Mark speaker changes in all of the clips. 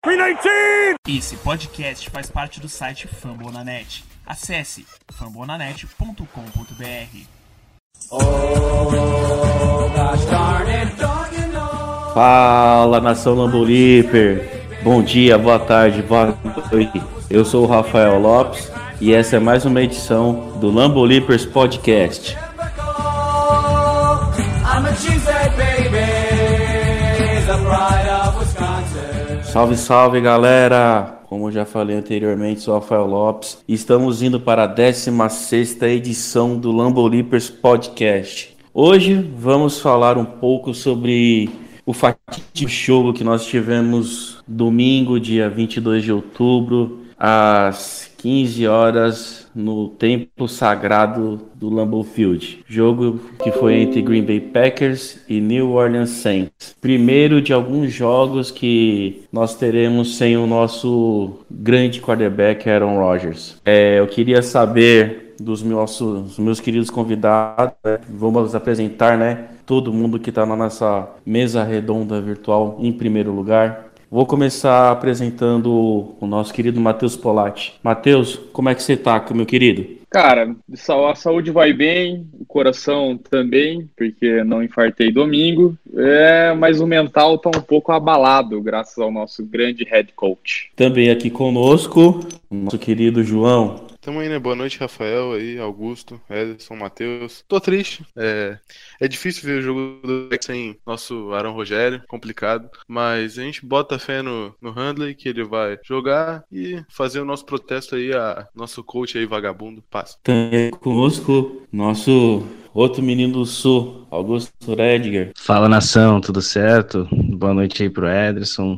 Speaker 1: 319!
Speaker 2: Esse podcast faz parte do site Fambonanet. Acesse fambonanet.com.br.
Speaker 3: Fala, nação Lambo Leaper. Bom dia, boa tarde, boa noite. Eu sou o Rafael Lopes e essa é mais uma edição do Lambo Leapers Podcast. Salve, salve, galera! Como eu já falei anteriormente, sou o Rafael Lopes e estamos indo para a 16ª edição do Lambo Leapers Podcast. Hoje vamos falar um pouco sobre o fatídico jogo que nós tivemos domingo, dia 22 de outubro, às 15 horas, no templo sagrado do Lambeau Field. Jogo que foi entre Green Bay Packers e New Orleans Saints. Primeiro de alguns jogos que nós teremos sem o nosso grande quarterback Aaron Rodgers. Eu queria saber dos meus queridos convidados, vamos apresentar, todo mundo que está na nossa mesa redonda virtual em primeiro lugar. Vou começar apresentando o nosso querido Matheus Polatti. Matheus, como é que você tá, meu querido?
Speaker 4: Cara, a saúde vai bem, o coração também, porque não infartei domingo, mas o mental tá um pouco abalado, graças ao nosso grande head coach.
Speaker 3: Também aqui conosco, o nosso querido João.
Speaker 5: Tamo aí, né? Boa noite, Rafael, aí, Augusto, Ederson, Matheus. Tô triste. É difícil ver o jogo do Dex sem nosso Aaron Rogério, complicado. Mas a gente bota fé no Handley, que ele vai jogar e fazer o nosso protesto aí, nosso coach aí, vagabundo, passa.
Speaker 3: Também conosco, nosso outro menino do Sul, Augusto Redger.
Speaker 6: Fala, nação, tudo certo? Boa noite aí pro Ederson,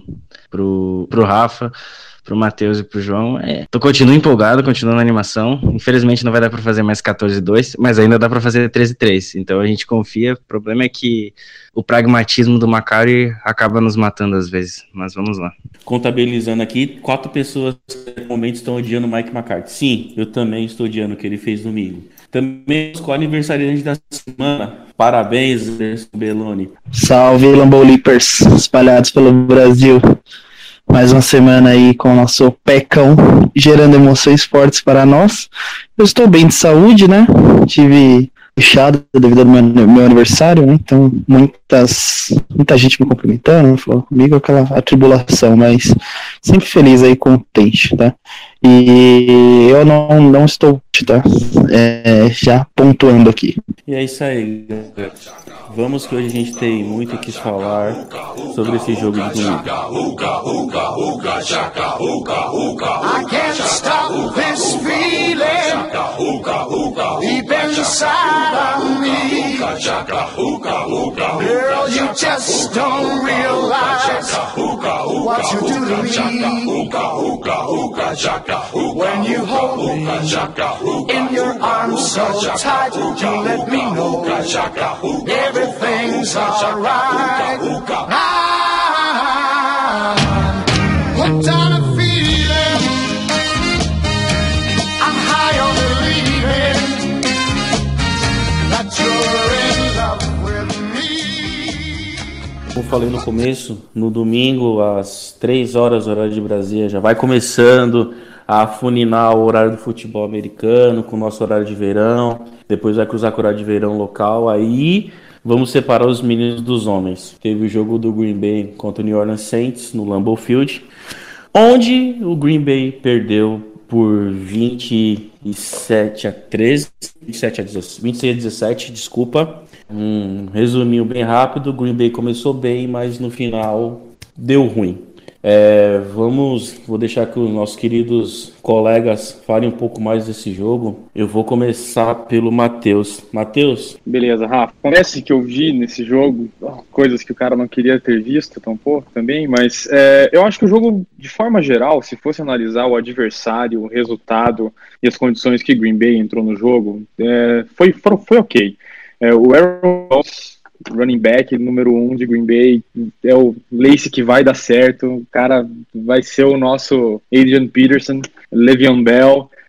Speaker 6: pro Rafa, pro Matheus e pro João. Continuo empolgado, continuo na animação. Infelizmente não vai dar pra fazer mais 14-2, mas ainda dá pra fazer 13-3. Então a gente confia. O problema é que o pragmatismo do Macari acaba nos matando às vezes. Mas vamos lá.
Speaker 3: Contabilizando aqui, 4 pessoas que no momento estão odiando o Mike McCarthy. Sim, eu também estou odiando o que ele fez domingo. Também com o aniversariante da semana. Parabéns, Anderson Belloni.
Speaker 7: Salve, Lambeau Leapers, espalhados pelo Brasil. Mais uma semana aí com o nosso pecão, gerando emoções fortes para nós. Eu estou bem de saúde, né? Tive fechado devido ao meu aniversário, né? Então muita gente me cumprimentando, né? Falou comigo aquela atribulação, mas sempre feliz aí, contente, tá? E eu não estou, tá? Já pontuando aqui.
Speaker 3: E é isso aí, galera. Vamos que hoje a gente tem muito o que falar sobre esse jogo de domingo.
Speaker 8: I can't stop this feeling deep inside of me. Girl, you just don't realize what you do to me. When you hold me in your arms so tight, you let me know everything's alright. I'm hooked on a feeling, I'm high on believing that you're in love with me.
Speaker 3: Como falei no começo, no domingo, às 3 horas, horário de Brasília, já vai começando a afuninar o horário do futebol americano com o nosso horário de verão. Depois vai cruzar com o horário de verão local. Aí vamos separar os meninos dos homens. Teve o jogo do Green Bay contra o New Orleans Saints no Lambeau Field, onde o Green Bay perdeu por 27-13, 26-17, desculpa. Um resuminho bem rápido, o Green Bay começou bem, mas no final deu ruim. Vou deixar que os nossos queridos colegas falem um pouco mais desse jogo. Eu vou começar pelo Matheus. Matheus?
Speaker 4: Beleza, Rafa. Acontece que eu vi nesse jogo coisas que o cara não queria ter visto tampouco também, mas eu acho que o jogo, de forma geral, se fosse analisar o adversário, o resultado e as condições que Green Bay entrou no jogo, foi ok. O Aaron Rodgers, running back número 1 de Green Bay, é o Lace que vai dar certo, o cara vai ser o nosso Adrian Peterson, Le'Veon Bell,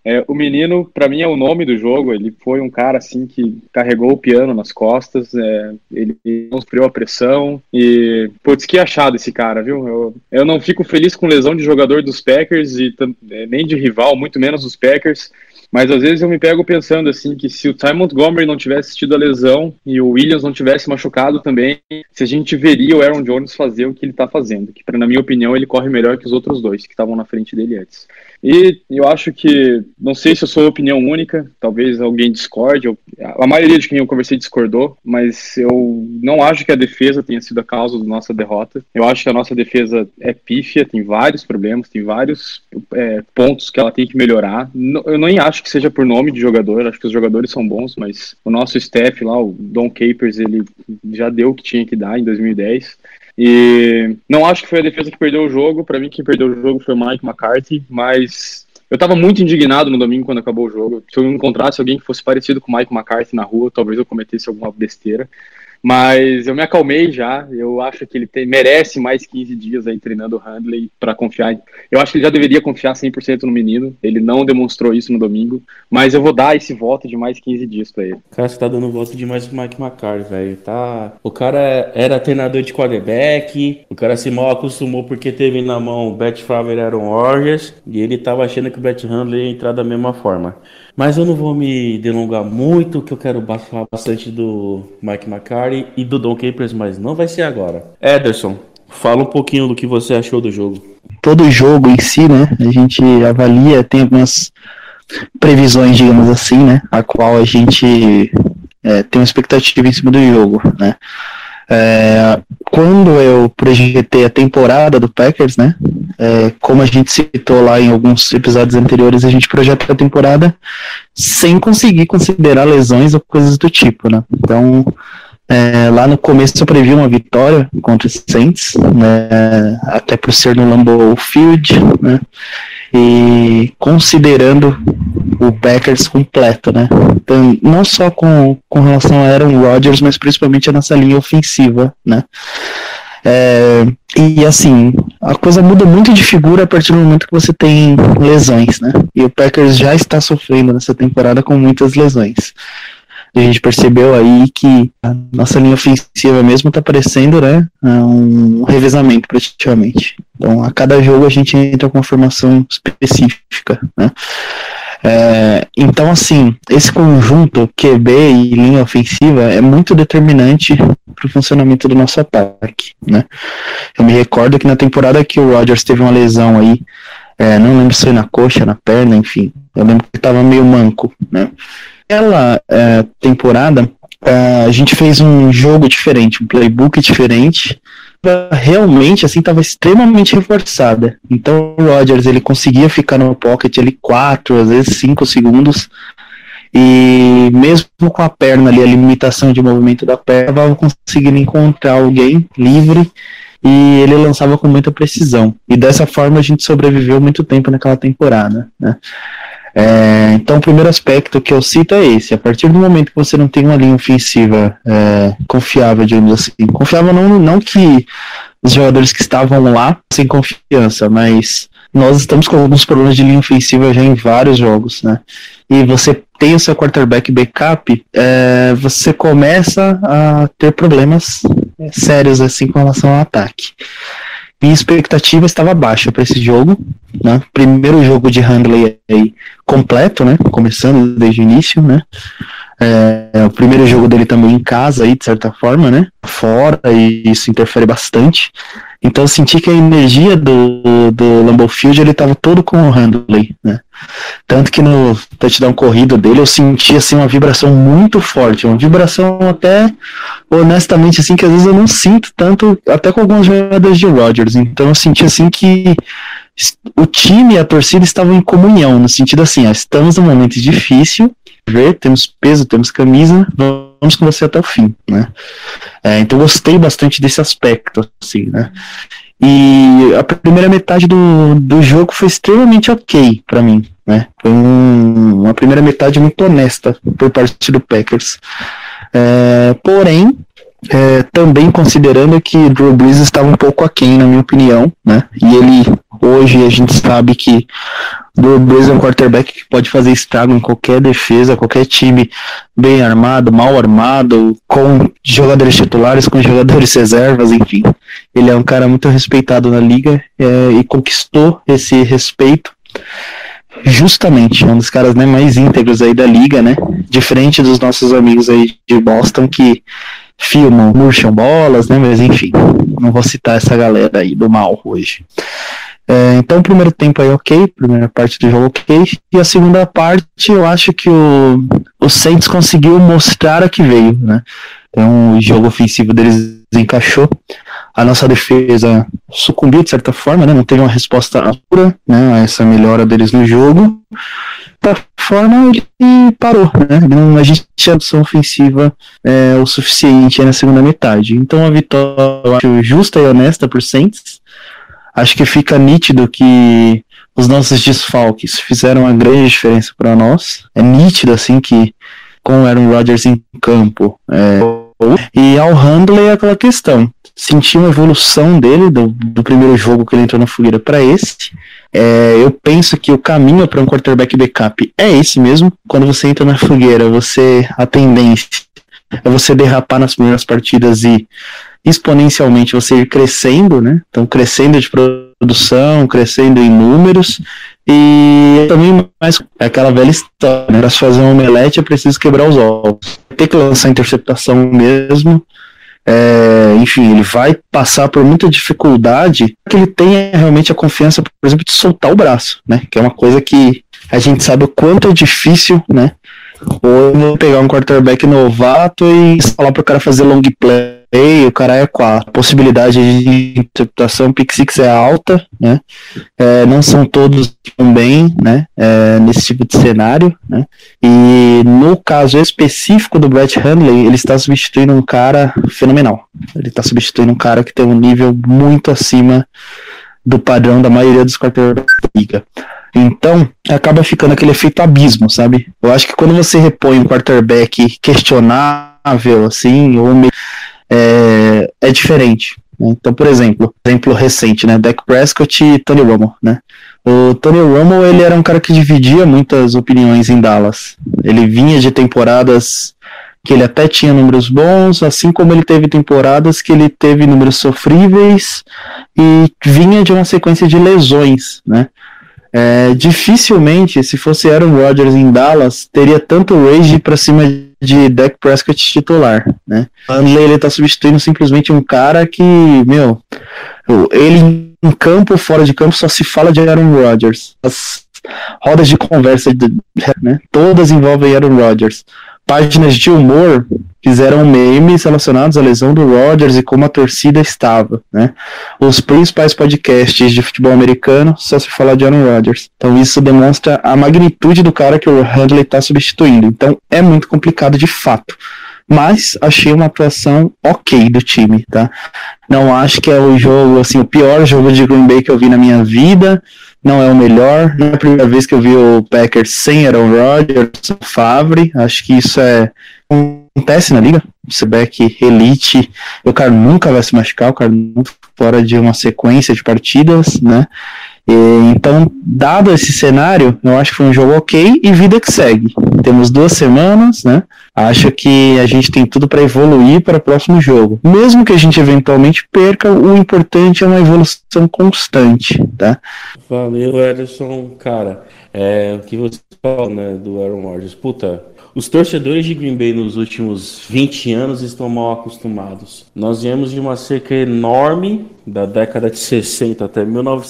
Speaker 4: O menino, pra mim, é o nome do jogo. Ele foi um cara assim que carregou o piano nas costas, ele não sofreu a pressão e, putz, que achado esse cara, viu? Eu não fico feliz com lesão de jogador dos Packers e nem de rival, muito menos dos Packers. Mas às vezes eu me pego pensando assim que se o Ty Montgomery não tivesse tido a lesão e o Williams não tivesse machucado também, se a gente veria o Aaron Jones fazer o que ele está fazendo, que na minha opinião ele corre melhor que os outros dois que estavam na frente dele antes. E eu acho que, não sei se eu sou opinião única, talvez alguém discorde, a maioria de quem eu conversei discordou, mas eu não acho que a defesa tenha sido a causa da nossa derrota. Eu acho que a nossa defesa é pífia, tem vários problemas, tem vários pontos que ela tem que melhorar. Eu nem acho que seja por nome de jogador, acho que os jogadores são bons, mas o nosso staff lá, o Don Capers, ele já deu o que tinha que dar em 2010. E não acho que foi a defesa que perdeu o jogo. Para mim, quem perdeu o jogo foi o Mike McCarthy, mas eu tava muito indignado no domingo quando acabou o jogo. Se eu encontrasse alguém que fosse parecido com o Mike McCarthy na rua, talvez eu cometesse alguma besteira. Mas eu me acalmei já, eu acho que ele merece mais 15 dias aí treinando o Handley para confiar. Eu acho que ele já deveria confiar 100% no menino, ele não demonstrou isso no domingo, mas eu vou dar esse voto de mais 15 dias para ele.
Speaker 3: Cara, você tá dando voto demais pro Mike McCarthy, velho. O cara era treinador de quarterback, o cara se mal acostumou porque teve na mão o Brett Favre e Aaron Rodgers, e ele tava achando que o Brett Hundley ia entrar da mesma forma. Mas eu não vou me delongar muito, que eu quero falar bastante do Mike McCarthy e do Don Capers, mas não vai ser agora. Ederson, fala um pouquinho do que você achou do jogo.
Speaker 7: Todo jogo em si, né, a gente avalia, tem algumas previsões, digamos assim, né, a qual a gente tem uma expectativa em cima do jogo, né. Quando eu projetei a temporada do Packers, né, como a gente citou lá em alguns episódios anteriores, a gente projeta a temporada sem conseguir considerar lesões ou coisas do tipo, né. Então, lá no começo eu previ uma vitória contra os Saints, né, até por ser no Lambeau Field, né, e considerando o Packers completo, né, então, não só com relação a Aaron Rodgers, mas principalmente a nossa linha ofensiva, né. E assim, a coisa muda muito de figura a partir do momento que você tem lesões, né, e o Packers já está sofrendo nessa temporada com muitas lesões. A gente percebeu aí que a nossa linha ofensiva mesmo está parecendo, né, um revezamento praticamente. Então, a cada jogo a gente entra com uma formação específica, né. Então, assim, esse conjunto QB e linha ofensiva é muito determinante para o funcionamento do nosso ataque, né. Eu me recordo que na temporada que o Rodgers teve uma lesão aí, não lembro se foi na coxa, na perna, enfim, eu lembro que ele estava meio manco, né. Aquela temporada, a gente fez um jogo diferente, um playbook diferente, realmente assim estava extremamente reforçada. Então o Rodgers ele conseguia ficar no pocket ali 4, às vezes 5 segundos, e mesmo com a perna ali, a limitação de movimento da perna, estava conseguindo encontrar alguém livre e ele lançava com muita precisão. E dessa forma a gente sobreviveu muito tempo naquela temporada, né? Então o primeiro aspecto que eu cito é esse: a partir do momento que você não tem uma linha ofensiva confiável, digamos assim, confiável não que os jogadores que estavam lá sem confiança, mas nós estamos com alguns problemas de linha ofensiva já em vários jogos, né? E você tem o seu quarterback backup, você começa a ter problemas sérios assim com relação ao ataque. Minha expectativa estava baixa para esse jogo, né? Primeiro jogo de Handley aí completo, né? Começando desde o início, né? O primeiro jogo dele também em casa aí, de certa forma, né? Fora, e isso interfere bastante. Então eu senti que a energia do Lambeau Field ele estava todo com o Handley, né? Tanto que no touchdown corrido dele eu senti assim uma vibração muito forte, uma vibração até honestamente assim que às vezes eu não sinto tanto, até com algumas jogadas de Rodgers. Então eu senti assim que o time e a torcida estavam em comunhão, no sentido assim, estamos num momento difícil, temos peso, temos camisa, vamos com você até o fim, né? Então eu gostei bastante desse aspecto, assim, né? E a primeira metade do jogo foi extremamente ok pra mim, né? Foi uma primeira metade muito honesta por parte do Packers. Porém, também considerando que Drew Brees estava um pouco aquém, na minha opinião, né? E ele hoje a gente sabe que Drew Brees é um quarterback que pode fazer estrago em qualquer defesa, qualquer time bem armado, mal armado, com jogadores titulares, com jogadores reservas, enfim. Ele é um cara muito respeitado na liga e conquistou esse respeito justamente, um dos caras, né, mais íntegros aí da liga, né, diferente dos nossos amigos aí de Boston que filmam, murcham bolas, né, mas enfim, não vou citar essa galera aí do mal hoje. Então o primeiro tempo aí ok, primeira parte do jogo ok, e a segunda parte eu acho que o Saints conseguiu mostrar a que veio, né, então o jogo ofensivo deles encaixou, a nossa defesa sucumbiu de certa forma, né, não teve uma resposta altura, né, a essa melhora deles no jogo, da forma ele parou, né, a gente tinha opção ofensiva o suficiente na segunda metade, então a vitória eu acho justa e honesta por Saints. Acho que fica nítido que os nossos desfalques fizeram uma grande diferença para nós. É nítido, assim, que com o Aaron Rodgers em campo. E ao Handley é aquela questão. Senti uma evolução dele, do primeiro jogo que ele entrou na fogueira para esse. Eu penso que o caminho para um quarterback backup é esse mesmo. Quando você entra na fogueira, a tendência é você derrapar nas primeiras partidas e exponencialmente você ir crescendo, né? Então crescendo de produção, crescendo em números e também mais aquela velha história, né? Para se fazer um omelete é preciso quebrar os ovos. Tem que lançar interceptação mesmo. Enfim, ele vai passar por muita dificuldade que ele tenha realmente a confiança, por exemplo, de soltar o braço, né? Que é uma coisa que a gente sabe o quanto é difícil, né? Ou pegar um quarterback novato e falar pro cara fazer long play, o cara é 4. A possibilidade de interpretação pick six é alta, né? Não são todos que vão bem, né? Nesse tipo de cenário, né? E no caso específico do Brett Hundley, ele está substituindo um cara fenomenal. Ele está substituindo um cara que tem um nível muito acima do padrão da maioria dos quarterbacks da liga. Então, acaba ficando aquele efeito abismo, sabe? Eu acho que quando você repõe um quarterback questionável, assim, é diferente. Então, por exemplo recente, né? Dak Prescott e Tony Romo, né? O Tony Romo, ele era um cara que dividia muitas opiniões em Dallas. Ele vinha de temporadas que ele até tinha números bons, assim como ele teve temporadas que ele teve números sofríveis e vinha de uma sequência de lesões, né? Dificilmente, se fosse Aaron Rodgers em Dallas, teria tanto rage pra cima de Dak Prescott titular, né? Ele tá substituindo simplesmente um cara que, ele em campo, fora de campo, só se fala de Aaron Rodgers. As rodas de conversa, né, todas envolvem Aaron Rodgers. Páginas de humor fizeram memes relacionados à lesão do Rodgers e como a torcida estava, né? Os principais podcasts de futebol americano só se fala de Aaron Rodgers. Então isso demonstra a magnitude do cara que o Handley está substituindo. Então é muito complicado de fato. Mas achei uma atuação ok do time, tá? Não acho que é o jogo, assim, o pior jogo de Green Bay que eu vi na minha vida. Não é o melhor. Não é a primeira vez que eu vi o Packers sem Aaron Rodgers, Favre. Acho que isso acontece na liga. O back elite, o cara nunca vai se machucar, o cara nunca fora de uma sequência de partidas, né? Então, dado esse cenário, eu acho que foi um jogo ok e vida que segue. Temos 2 semanas, né? Acho que a gente tem tudo para evoluir para o próximo jogo. Mesmo que a gente eventualmente perca, o importante é uma evolução constante, tá?
Speaker 3: Valeu, Ederson. Cara, o que você falou, né, do Aaron Rodgers? Puta, os torcedores de Green Bay nos últimos 20 anos estão mal acostumados. Nós viemos de uma seca enorme da década de 60 até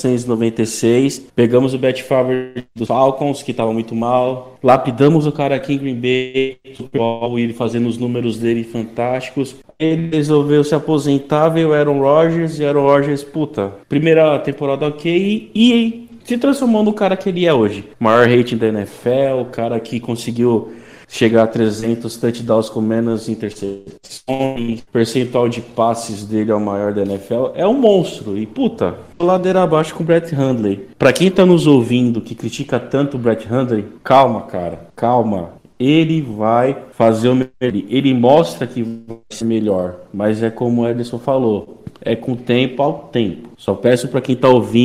Speaker 3: 1996. Pegamos o Brett Favre dos Falcons, que estava muito mal. Lapidamos o cara aqui em Green Bay, e ele fazendo os números dele fantásticos. Ele resolveu se aposentar, veio o Aaron Rodgers, e Aaron Rodgers, primeira temporada ok, e se transformou no cara que ele é hoje. Maior rating da NFL, o cara que conseguiu chegar a 300 touchdowns com menos interceptações, percentual de passes dele é o maior da NFL, é um monstro. E ladeira abaixo com o Brett Hundley. Pra quem tá nos ouvindo que critica tanto o Brett Hundley, calma, cara, calma. Ele vai fazer o melhor. Ele mostra que vai ser melhor, mas é como o Ederson falou, é com tempo ao tempo. Só peço pra quem tá ouvindo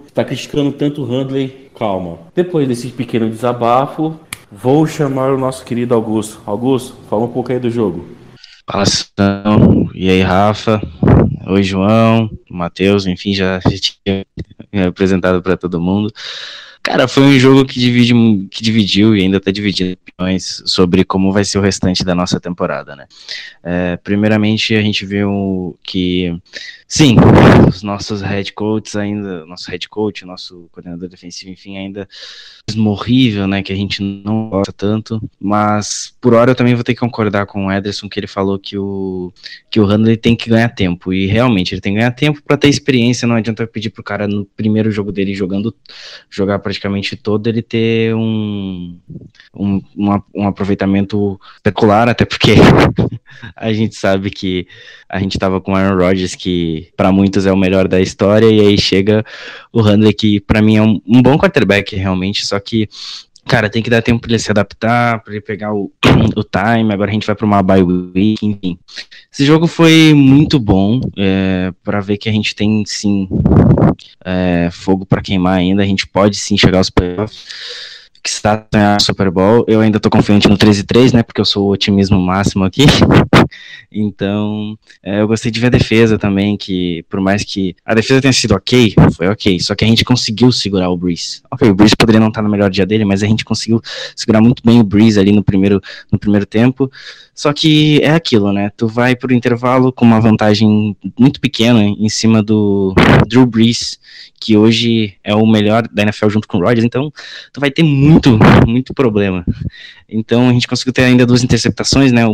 Speaker 3: está criticando tanto o Handley. Calma. Depois desse pequeno desabafo, vou chamar o nosso querido Augusto. Augusto, fala um pouco aí do jogo.
Speaker 6: Fala, e aí, Rafa? Oi, João, Matheus, enfim, já tinha apresentado para todo mundo. Cara, foi um jogo que dividiu e ainda está dividindo opiniões sobre como vai ser o restante da nossa temporada, né? Primeiramente, a gente viu que, sim, os nossos head coaches ainda, nosso coordenador defensivo, enfim, ainda mesmo horrível, né, que a gente não gosta tanto, mas por hora eu também vou ter que concordar com o Ederson, que ele falou que o Handley tem que ganhar tempo, e realmente ele tem que ganhar tempo para ter experiência. Não adianta eu pedir pro cara no primeiro jogo dele jogar praticamente todo, ele ter um aproveitamento espetacular, até porque a gente sabe que a gente tava com o Aaron Rodgers, que para muitos é o melhor da história, e aí chega o Handley, que para mim é um bom quarterback realmente, só que, cara, tem que dar tempo para ele se adaptar, para ele pegar o time. Agora a gente vai para uma bye week, enfim. Esse jogo foi muito bom, para ver que a gente tem, sim, fogo para queimar ainda. A gente pode, sim, chegar aos playoffs, que está no Super Bowl. Eu ainda tô confiante no 13-3, né, porque eu sou o otimismo máximo aqui. Então, eu gostei de ver a defesa também, que por mais que a defesa tenha sido ok, foi ok, só que a gente conseguiu segurar o Breeze. Ok, o Breeze poderia não estar no melhor dia dele, mas a gente conseguiu segurar muito bem o Breeze ali no primeiro tempo. Só que é aquilo, né, tu vai pro intervalo com uma vantagem muito pequena em cima do Drew Brees, que hoje é o melhor da NFL junto com o Rodgers, então tu vai ter muito problema. Então a gente conseguiu ter ainda 2 interceptações, né,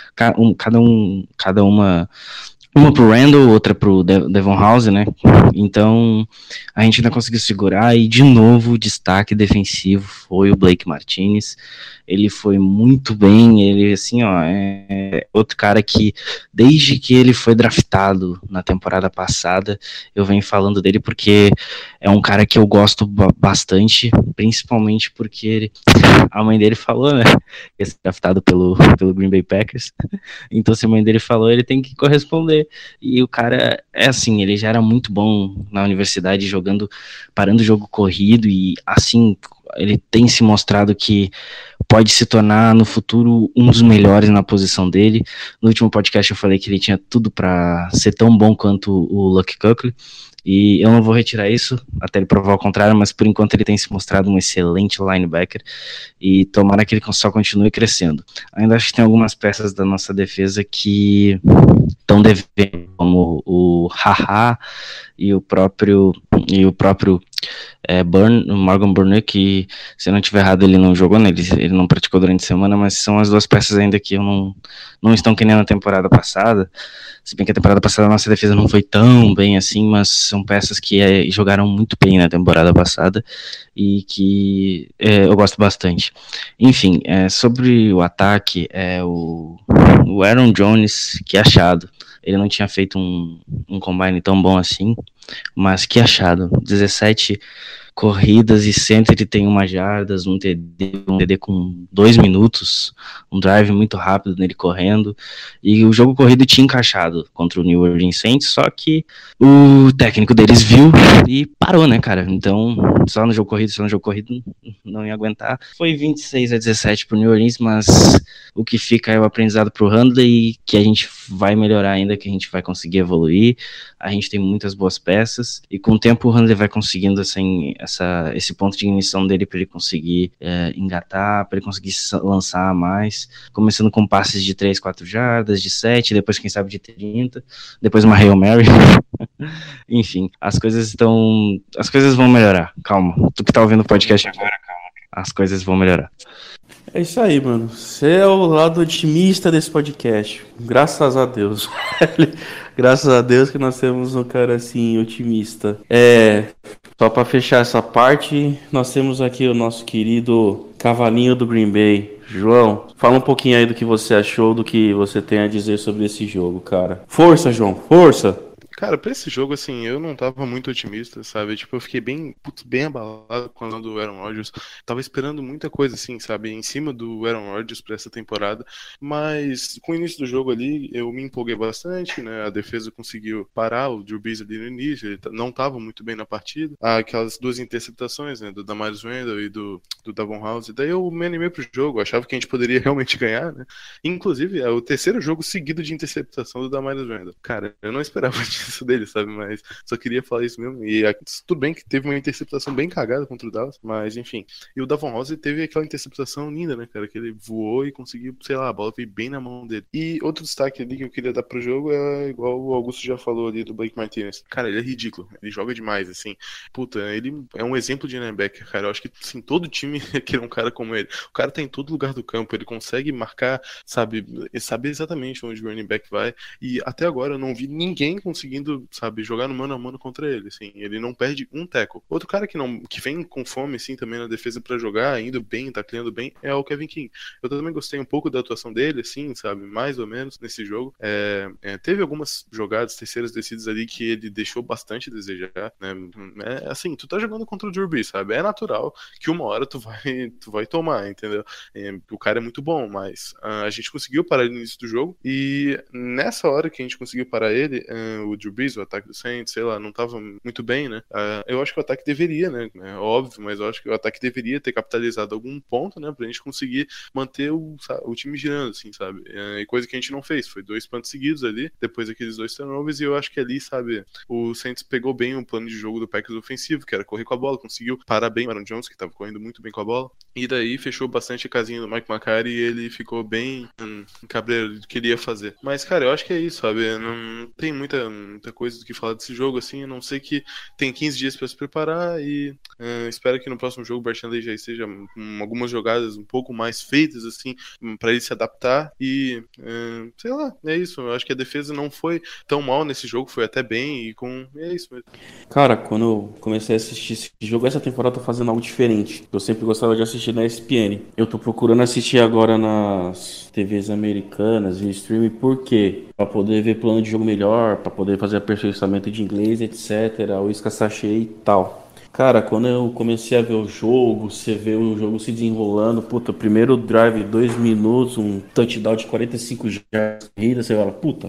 Speaker 6: cada uma pro Randall, outra pro Devon House, né? Então a gente ainda conseguiu segurar, e de novo o destaque defensivo foi o Blake Martinez. Ele foi muito bem, ele, assim, ó, é outro cara que, desde que ele foi draftado na temporada passada, eu venho falando dele porque é um cara que eu gosto bastante, principalmente porque a mãe dele falou, né, que ia ser draftado pelo Green Bay Packers. Então, se a mãe dele falou, ele tem que corresponder. E o cara, assim, ele já era muito bom na universidade, parando o jogo corrido, e assim, ele tem se mostrado que pode se tornar no futuro um dos melhores na posição dele. No último podcast eu falei que ele tinha tudo para ser tão bom quanto o Luck Kuechly, e eu não vou retirar isso até ele provar o contrário, mas por enquanto ele tem se mostrado um excelente linebacker, e tomara que ele só continue crescendo. Ainda acho que tem algumas peças da nossa defesa que estão devendo, como o Haha e o próprio o Morgan Burnett, que, se eu não estiver errado, ele não jogou, né? Ele não praticou durante a semana, mas são as 2 peças ainda que eu não estão que nem na temporada passada. Se bem que a temporada passada a nossa defesa não foi tão bem assim, mas são peças que jogaram muito bem na temporada passada e que eu gosto bastante. Enfim, sobre o ataque, o Aaron Jones, que achado. Ele não tinha feito um combine tão bom assim, mas que achado. 17 corridas e 131 jardas, um TD com 2 minutos, um drive muito rápido nele correndo, e o jogo corrido tinha encaixado contra o New Orleans Saints, só que o técnico deles viu e parou, né, cara? Então, só no jogo corrido não ia aguentar. Foi 26-17 pro New Orleans, mas o que fica é o aprendizado pro Handley, que a gente vai melhorar ainda, que a gente vai conseguir evoluir. A gente tem muitas boas peças, e com o tempo o Handley vai conseguindo esse ponto de ignição dele para ele conseguir engatar, para ele conseguir lançar mais, começando com passes de 3, 4 jardas, de 7, depois quem sabe de 30, depois uma Hail Mary. Enfim, as coisas vão melhorar, calma, tu que tá ouvindo o podcast agora, calma, as coisas vão melhorar.
Speaker 3: É isso aí, mano. Você é o lado otimista desse podcast. Graças a Deus. Graças a Deus que nós temos um cara assim, otimista. Só pra fechar essa parte, nós temos aqui o nosso querido cavalinho do Green Bay. João, fala um pouquinho aí do que você achou, do que você tem a dizer sobre esse jogo, cara. Força, João, força!
Speaker 5: Cara, pra esse jogo, assim, eu não tava muito otimista, sabe? Tipo, eu fiquei bem, putz, bem abalado quando o Aaron Rodgers. Tava esperando muita coisa, assim, sabe? Em cima do Aaron Rodgers pra essa temporada. Mas com o início do jogo ali, eu me empolguei bastante, né? A defesa conseguiu parar o Drew Brees ali no início. Ele não tava muito bem na partida. Aquelas duas interceptações, né? Do Damarius Randall e do Davon House. Daí eu me animei pro jogo. Achava que a gente poderia realmente ganhar, né? Inclusive, é o terceiro jogo seguido de interceptação do Damarius Randall. Cara, eu não esperava disso dele, sabe? Mas só queria falar isso mesmo. E tudo bem que teve uma interceptação bem cagada contra o Dallas, mas enfim. E o Davon House teve aquela interceptação linda, né, cara? Que ele voou e conseguiu, sei lá, a bola veio bem na mão dele. E outro destaque ali que eu queria dar pro jogo é igual o Augusto já falou ali do Blake Martinez. Cara, ele é ridículo. Ele joga demais, assim. Puta, ele é um exemplo de linebacker, cara. Eu acho que, assim, todo time quer um cara como ele. O cara tá em todo lugar do campo. Ele consegue marcar, sabe? Saber exatamente onde o running back vai. E até agora eu não vi ninguém conseguindo, sabe, jogar no mano a mano contra ele, assim. Ele não perde um tackle. Outro cara que vem com fome, assim, também na defesa pra jogar, indo bem, tacleando bem, é o Kevin King. Eu também gostei um pouco da atuação dele, assim, sabe, mais ou menos nesse jogo. Teve algumas jogadas, terceiras descidas ali que ele deixou bastante a desejar, né? Assim, tu tá jogando contra o Drew Brees, sabe? É natural que uma hora tu vai tomar, entendeu? O cara é muito bom, mas a gente conseguiu parar ele no início do jogo e nessa hora que a gente conseguiu parar ele, o Drew Brees, o ataque do Saints, sei lá, não tava muito bem, né? Eu acho que o ataque deveria, né? É óbvio, mas eu acho que o ataque deveria ter capitalizado algum ponto, né? Pra gente conseguir manter o time girando, assim, sabe? E coisa que a gente não fez. Foi 2 punts seguidos ali, depois daqueles 2 turnovers, e eu acho que ali, sabe, o Saints pegou bem o plano de jogo do Packers ofensivo, que era correr com a bola, conseguiu parar bem o Aaron Jones, que tava correndo muito bem com a bola, e daí fechou bastante a casinha do Mike McCarthy e ele ficou bem cabreiro do que ele ia fazer. Mas, cara, eu acho que é isso, sabe? Não tem muita coisa do que falar desse jogo, assim, a não ser que tem 15 dias pra se preparar e espero que no próximo jogo o Barchandley já esteja com algumas jogadas um pouco mais feitas, assim, pra ele se adaptar e, sei lá, é isso. Eu acho que a defesa não foi tão mal nesse jogo, foi até bem e é isso mesmo.
Speaker 3: Cara, quando eu comecei a assistir esse jogo, essa temporada eu tô fazendo algo diferente. Eu sempre gostava de assistir na ESPN. Eu tô procurando assistir agora nas TVs americanas e streaming, por quê? Pra poder ver plano de jogo melhor, pra poder fazer aperfeiçoamento de inglês, etc. O isca sachê e tal. Cara, quando eu comecei a ver o jogo, você vê o jogo se desenrolando, puta, primeiro drive, 2 minutos, um touchdown de 45 jardas, você fala, puta,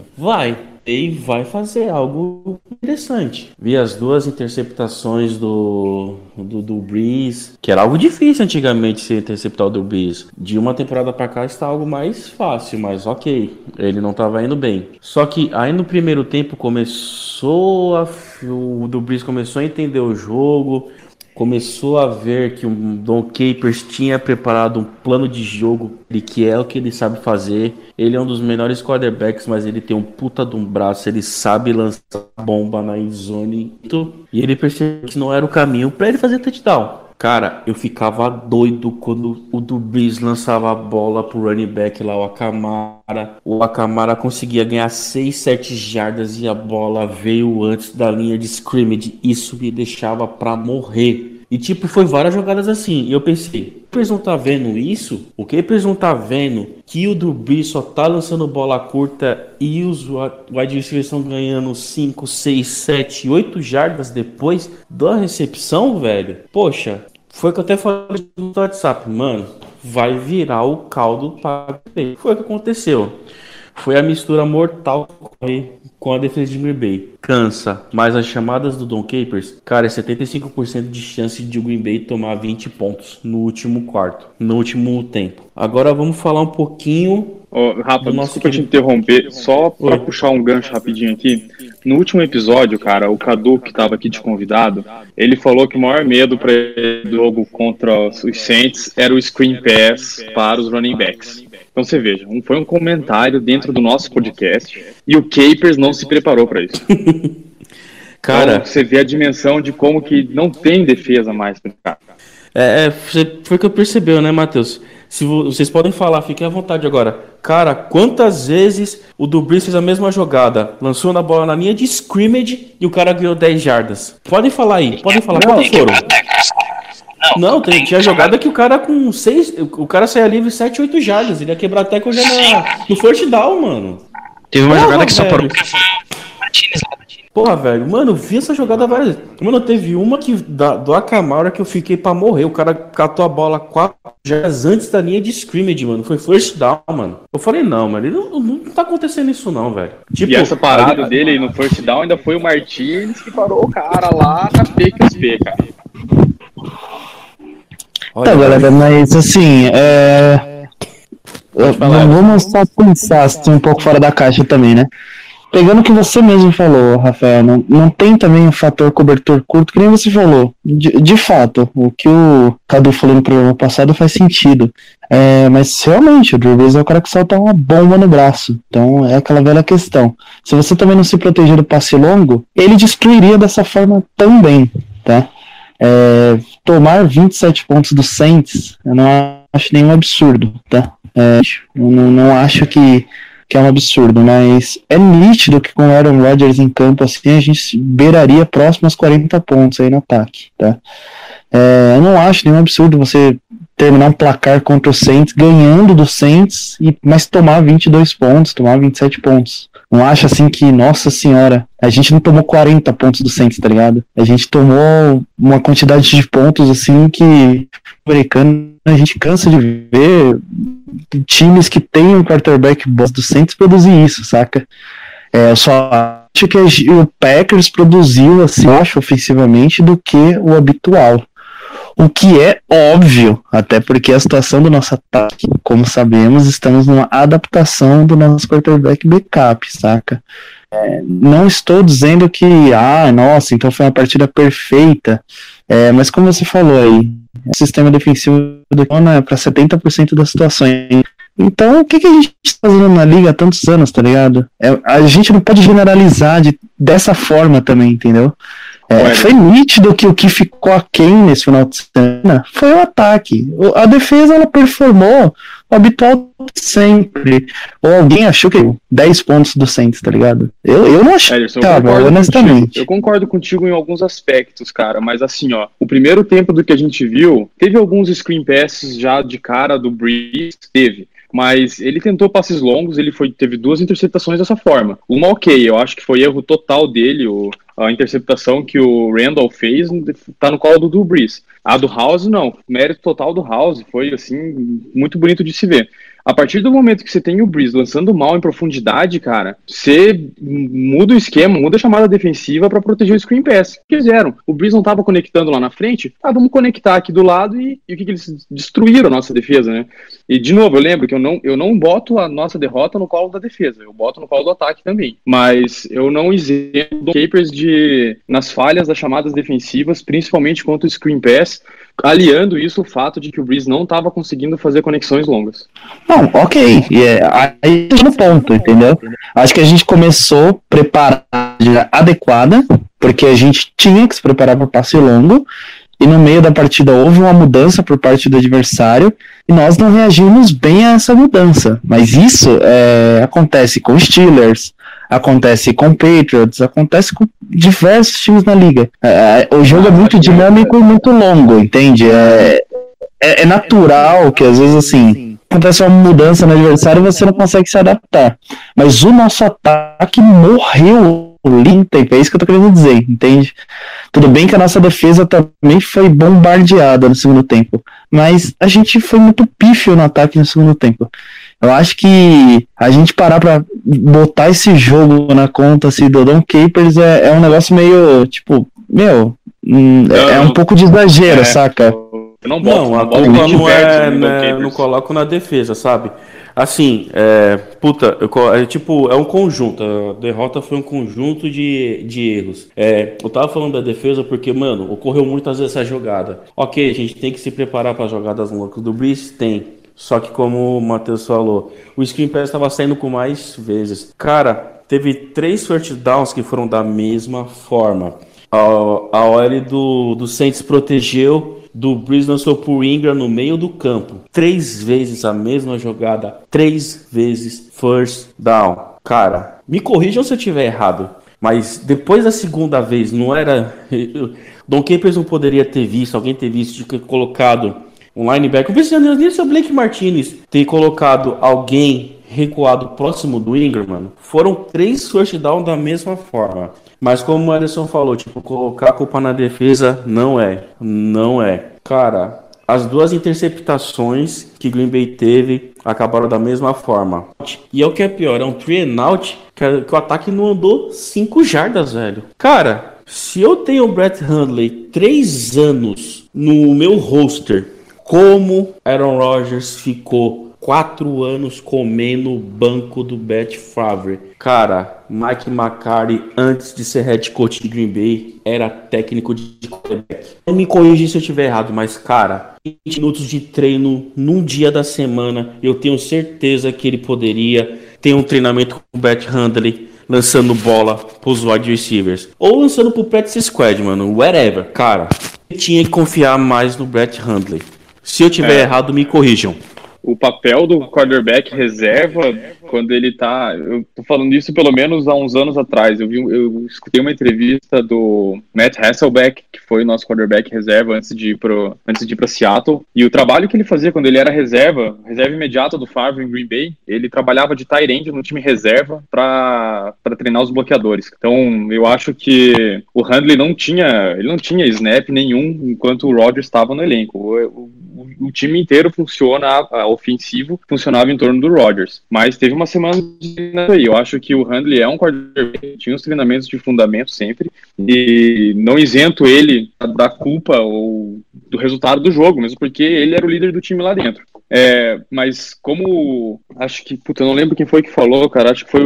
Speaker 3: e vai fazer algo interessante. Vi as 2 interceptações do Brees, que era algo difícil antigamente se interceptar o do Brees. De uma temporada pra cá está algo mais fácil, mas ok, ele não tava indo bem. Só que aí no primeiro tempo o do Brees começou a entender o jogo, começou a ver que o Dom Capers tinha preparado um plano de jogo, que é o que ele sabe fazer. Ele é um dos melhores quarterbacks, mas ele tem um puta de um braço, ele sabe lançar bomba na endzone. E ele percebeu que não era o caminho para ele fazer touchdown. Cara, eu ficava doido quando o do Brees lançava a bola pro running back lá, o Akamara. O Akamara conseguia ganhar 6, 7 jardas e a bola veio antes da linha de scrimmage. Isso me deixava pra morrer. E tipo, foi várias jogadas assim. E eu pensei, o Capers não tá vendo isso? O Capers não tá vendo que o Drew Brees só tá lançando bola curta e os wide receivers estão ganhando 5, 6, 7, 8 jardas depois da recepção, velho? Poxa, foi o que eu até falei no WhatsApp, mano, vai virar o caldo para ele. Foi o que aconteceu. Foi a mistura mortal com a defesa de Green Bay. Cansa, mas as chamadas do Dom Capers, cara, é 75% de chance de o Green Bay tomar 20 pontos no último quarto, no último tempo. Agora vamos falar um pouquinho...
Speaker 4: Rafa, desculpa te interromper, só para puxar um gancho rapidinho aqui. No último episódio, cara, o Cadu, que estava aqui de convidado, ele falou que o maior medo para o jogo contra os Saints era o screen pass para os running backs. Então você veja, foi um comentário dentro do nosso podcast e o Capers não se preparou para isso. Cara, então, você vê a dimensão de como que não tem defesa mais para cá.
Speaker 3: Foi o que eu percebeu, né, Matheus? Se vocês podem falar, fiquem à vontade agora. Cara, quantas vezes o Drew Brees fez a mesma jogada? Lançou na bola na linha de scrimmage e o cara ganhou 10 jardas. Podem falar aí, podem falar quantas foram. Não, tinha jogada que o cara com 6... O cara saia livre 7, 8 jardas. Ele ia quebrar tackle já no first down, mano.
Speaker 6: Teve uma jogada que só parou.
Speaker 3: Porra, velho, mano, eu vi essa jogada várias vezes. Mano, teve uma do Akamara que eu fiquei pra morrer. O cara catou a bola 4 jardas antes da linha de scrimmage, mano. Foi first down, mano. Eu falei, não, mano, não tá acontecendo isso não, velho. Tipo,
Speaker 4: e essa parada dele no first down ainda foi o Martins que parou o cara lá na PQSP, cara.
Speaker 7: Olha, galera, mas assim, vamos só pensar assim, um pouco fora da caixa também, né? Pegando o que você mesmo falou, Rafael, não tem também o fator cobertor curto, que nem você falou. De fato, o que o Cadu falou no programa passado faz sentido. Mas realmente, o Drew Brees é o cara que solta uma bomba no braço. Então é aquela velha questão. Se você também não se proteger do passe longo, ele destruiria dessa forma também, tá? Tomar 27 pontos do Saints, eu não acho nenhum absurdo, tá? Eu não acho que é um absurdo, mas é nítido que com o Aaron Rodgers em campo assim, a gente beiraria próximo aos 40 pontos aí no ataque, tá? Eu não acho nenhum absurdo você terminar um placar contra o Saints ganhando do Saints, mas tomar 22 pontos, tomar 27 pontos. Não acho assim que, nossa senhora, a gente não tomou 40 pontos do Saints, tá ligado? A gente tomou uma quantidade de pontos assim que americano a gente cansa de ver times que tem um quarterback boss do Saints produzir isso, saca? Eu só acho que o Packers produziu assim, eu acho, ofensivamente do que o habitual. O que é óbvio, até porque a situação do nosso ataque, como sabemos, estamos numa adaptação do nosso quarterback backup, saca? Não estou dizendo que, nossa, então foi uma partida perfeita, mas como você falou aí, o sistema defensivo do Kona é para 70% das situações. Então, o que a gente está fazendo na liga há tantos anos, tá ligado? A gente não pode generalizar dessa forma também, entendeu? Foi nítido que o que ficou aquém nesse final de semana foi o ataque. A defesa, ela performou o habitual sempre. Ou alguém achou que 10 pontos do Saints, tá ligado? Eu não achei, honestamente.
Speaker 4: Eu concordo contigo em alguns aspectos, cara, mas assim, ó, o primeiro tempo do que a gente viu, teve alguns screen passes já de cara do Brees, mas ele tentou passes longos, teve 2 interceptações dessa forma. Uma eu acho que foi erro total dele, a interceptação que o Randall fez tá no colo do Drew Brees. A do House, não. Mérito total do House, foi assim, muito bonito de se ver. A partir do momento que você tem o Brees lançando mal em profundidade, cara, você muda o esquema, muda a chamada defensiva para proteger o screen pass. O que fizeram? O Brees não estava conectando lá na frente, vamos conectar aqui do lado e o que eles destruíram a nossa defesa, né? E de novo, eu lembro que eu não boto a nossa derrota no colo da defesa, eu boto no colo do ataque também. Mas eu não isento do Capers nas falhas das chamadas defensivas, principalmente contra o screen pass, aliando isso ao fato de que o Brees não estava conseguindo fazer conexões longas.
Speaker 7: Não, ok. Aí no ponto, entendeu? Acho que a gente começou preparada adequada, porque a gente tinha que se preparar para o passe longo, e no meio da partida houve uma mudança por parte do adversário, e nós não reagimos bem a essa mudança. Mas isso acontece com os Steelers, acontece com Patriots, acontece com diversos times na liga. O jogo é muito dinâmico e muito longo, entende? É natural que às vezes assim acontece uma mudança no adversário e você não consegue se adaptar. Mas o nosso ataque morreu limpo, é isso que eu tô querendo dizer, entende? Tudo bem que a nossa defesa também foi bombardeada no segundo tempo, mas a gente foi muito pífio no ataque no segundo tempo. Eu acho que a gente parar pra botar esse jogo na conta assim, do Don Capers é um negócio meio, tipo, é um pouco de exagero, saca?
Speaker 3: Eu não boto, a culpa não coloco na defesa, sabe? Assim, é um conjunto, a derrota foi um conjunto de erros. Eu tava falando da defesa porque, mano, ocorreu muitas vezes essa jogada. Ok, a gente tem que se preparar para as jogadas longas do Brees? Tem. Só que como o Matheus falou, o screen pass estava saindo com mais vezes. Cara, teve 3 first downs que foram da mesma forma. A OL do Saints protegeu, do Brees lançou pro Ingram no meio do campo. 3 vezes a mesma jogada, 3 vezes first down. Cara, me corrijam se eu estiver errado, mas depois da segunda vez, não era... Don Capers não poderia ter visto, alguém ter visto, de ter colocado um linebacker. Eu pensei, nem se o Blake Martinez ter colocado alguém recuado próximo do Ingram, mano. Foram 3 first down da mesma forma. Mas como o Ederson falou, tipo, colocar a culpa na defesa não é. Cara, as duas interceptações que Green Bay teve acabaram da mesma forma. E é o que é pior, é um 3-and-out que o ataque não andou 5 jardas, velho. Cara, se eu tenho o Brett Hundley 3 anos no meu roster, como Aaron Rodgers ficou 4 anos comendo o banco do Brett Favre? Cara, Mike McCarthy, antes de ser head coach de Green Bay, era técnico de quarterback. Não me corrija se eu estiver errado, mas, cara, 20 minutos de treino num dia da semana, eu tenho certeza que ele poderia ter um treinamento com o Brett Hundley, lançando bola pros wide receivers. Ou lançando pro practice squad, mano, whatever. Cara, eu tinha que confiar mais no Brett Hundley. Se eu tiver errado, me corrijam.
Speaker 4: O papel do quarterback reserva, quando ele tá... Eu tô falando isso pelo menos há uns anos atrás. Eu escutei uma entrevista do Matt Hasselbeck, que foi nosso quarterback reserva antes de ir pra Seattle. E o trabalho que ele fazia quando ele era reserva imediata do Favre em Green Bay, ele trabalhava de tight end no time reserva para treinar os bloqueadores. Então, eu acho que o Hundley não tinha snap nenhum enquanto o Rodgers estava no elenco. O time inteiro ofensivo funcionava em torno do Rodgers, mas teve uma semana aí. Eu acho que o Hundley é um quarterback, tinha os treinamentos de fundamento sempre, e não isento ele da culpa ou do resultado do jogo, mesmo porque ele era o líder do time lá dentro. Mas como acho que, eu não lembro quem foi que falou, cara, acho que foi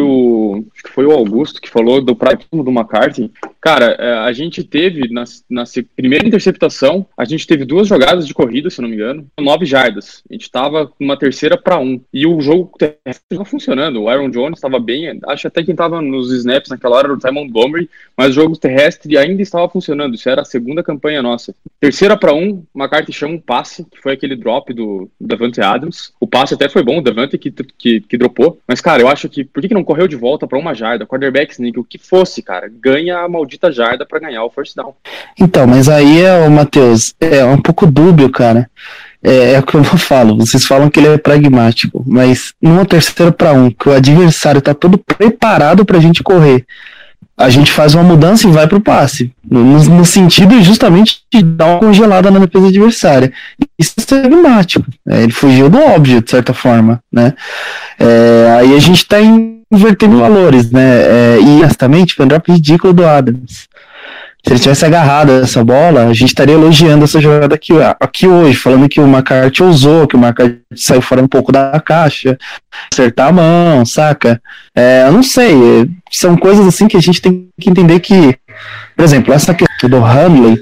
Speaker 4: o Augusto que falou do pragmatismo do McCarthy. Cara, a gente teve na primeira interceptação, a gente teve 2 jogadas de corrida, se não me engano, 9 jardas. A gente tava numa 3ª-para-1 e o jogo estava funcionando. O Aaron Jones estava bem, acho até quem estava nos snaps naquela hora era o Ty Montgomery, mas o jogo terrestre ainda estava funcionando. Isso era a segunda campanha nossa. 3ª-para-1, McCarthy chama um passe, que foi aquele drop do Davante Adams. O passe até foi bom, o Davante que dropou. Mas, cara, eu acho que por que não correu de volta para 1 jarda? Quarterback sneak, o que fosse, cara, ganha a maldita jarda para ganhar o first down.
Speaker 7: Então, mas aí, Matheus, é um pouco dúbio, cara. É o que eu falo, vocês falam que ele é pragmático, mas numa 3ª-para-1, que o adversário tá todo preparado pra gente correr, a gente faz uma mudança e vai pro passe, no sentido justamente de dar uma congelada na defesa adversária. Isso é pragmático, ele fugiu do óbvio, de certa forma, né? Aí a gente tá invertendo valores, né? E honestamente, foi um drop ridículo do Adams. Se ele tivesse agarrado essa bola, a gente estaria elogiando essa jogada aqui hoje, falando que o McCarthy ousou, que o McCarthy saiu fora um pouco da caixa, acertar a mão, saca? Eu não sei, são coisas assim que a gente tem que entender que, por exemplo, essa questão do Hundley,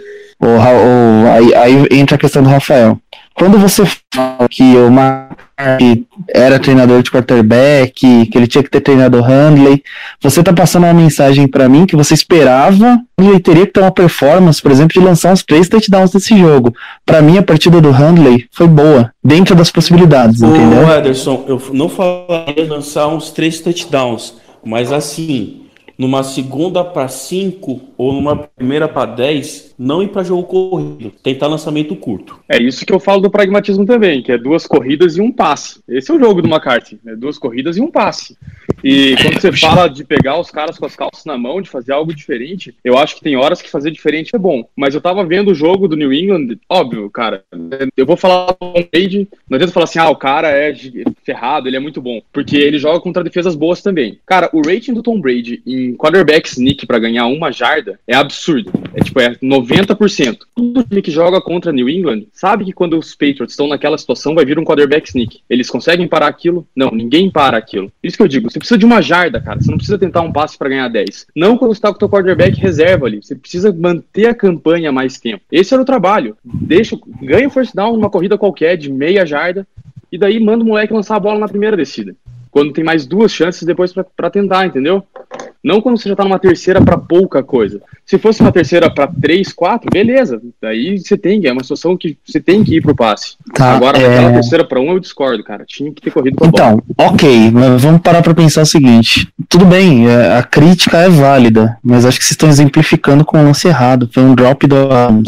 Speaker 7: aí entra a questão do Rafael. Quando você fala que o McCarthy era treinador de quarterback, que ele tinha que ter treinado o Hundley, você tá passando uma mensagem pra mim que você esperava que ele teria que ter uma performance, por exemplo, de lançar uns 3 touchdowns nesse jogo. Pra mim, a partida do Hundley foi boa, dentro das possibilidades, entendeu?
Speaker 3: Ederson, eu não falaria lançar uns 3 touchdowns, mas assim, numa 2ª-para-5 ou numa 1ª-para-10, não ir para jogo corrido, tentar lançamento curto.
Speaker 4: É isso que eu falo do pragmatismo também, que é 2 corridas e 1 passe. Esse é o jogo do McCarthy, 2 corridas e 1 passe. E quando você fala de pegar os caras com as calças na mão, de fazer algo diferente, eu acho que tem horas que fazer diferente é bom. Mas eu tava vendo o jogo do New England, óbvio, cara, eu vou falar do Tom Brady, não adianta falar assim, o cara é ferrado, ele é muito bom, porque ele joga contra defesas boas também. Cara, o rating do Tom Brady em quarterback sneak pra ganhar 1 jarda é absurdo. É 90%. Todo time que joga contra New England sabe que quando os Patriots estão naquela situação vai vir um quarterback sneak. Eles conseguem parar aquilo? Não, ninguém para aquilo. Isso que eu digo, você precisa de 1 jarda, cara. Você não precisa tentar um passe pra ganhar 10. Não quando você tá com o teu quarterback reserva ali. Você precisa manter a campanha mais tempo. Esse era o trabalho. Ganha o first down numa corrida qualquer de meia jarda e daí manda o moleque lançar a bola na primeira descida. Quando tem mais 2 chances depois pra tentar, entendeu? Não quando você já tá numa 3ª pra pouca coisa. Se fosse uma 3ª pra 3, 4, beleza. Daí é uma situação que você tem que ir pro passe. Tá, agora, naquela 3ª-para-1 eu discordo, cara. Tinha que ter corrido com a bola.
Speaker 7: Então, ok, mas vamos parar pra pensar o seguinte. Tudo bem, a crítica é válida, mas acho que vocês estão exemplificando com um lance errado. Foi um drop do Adams.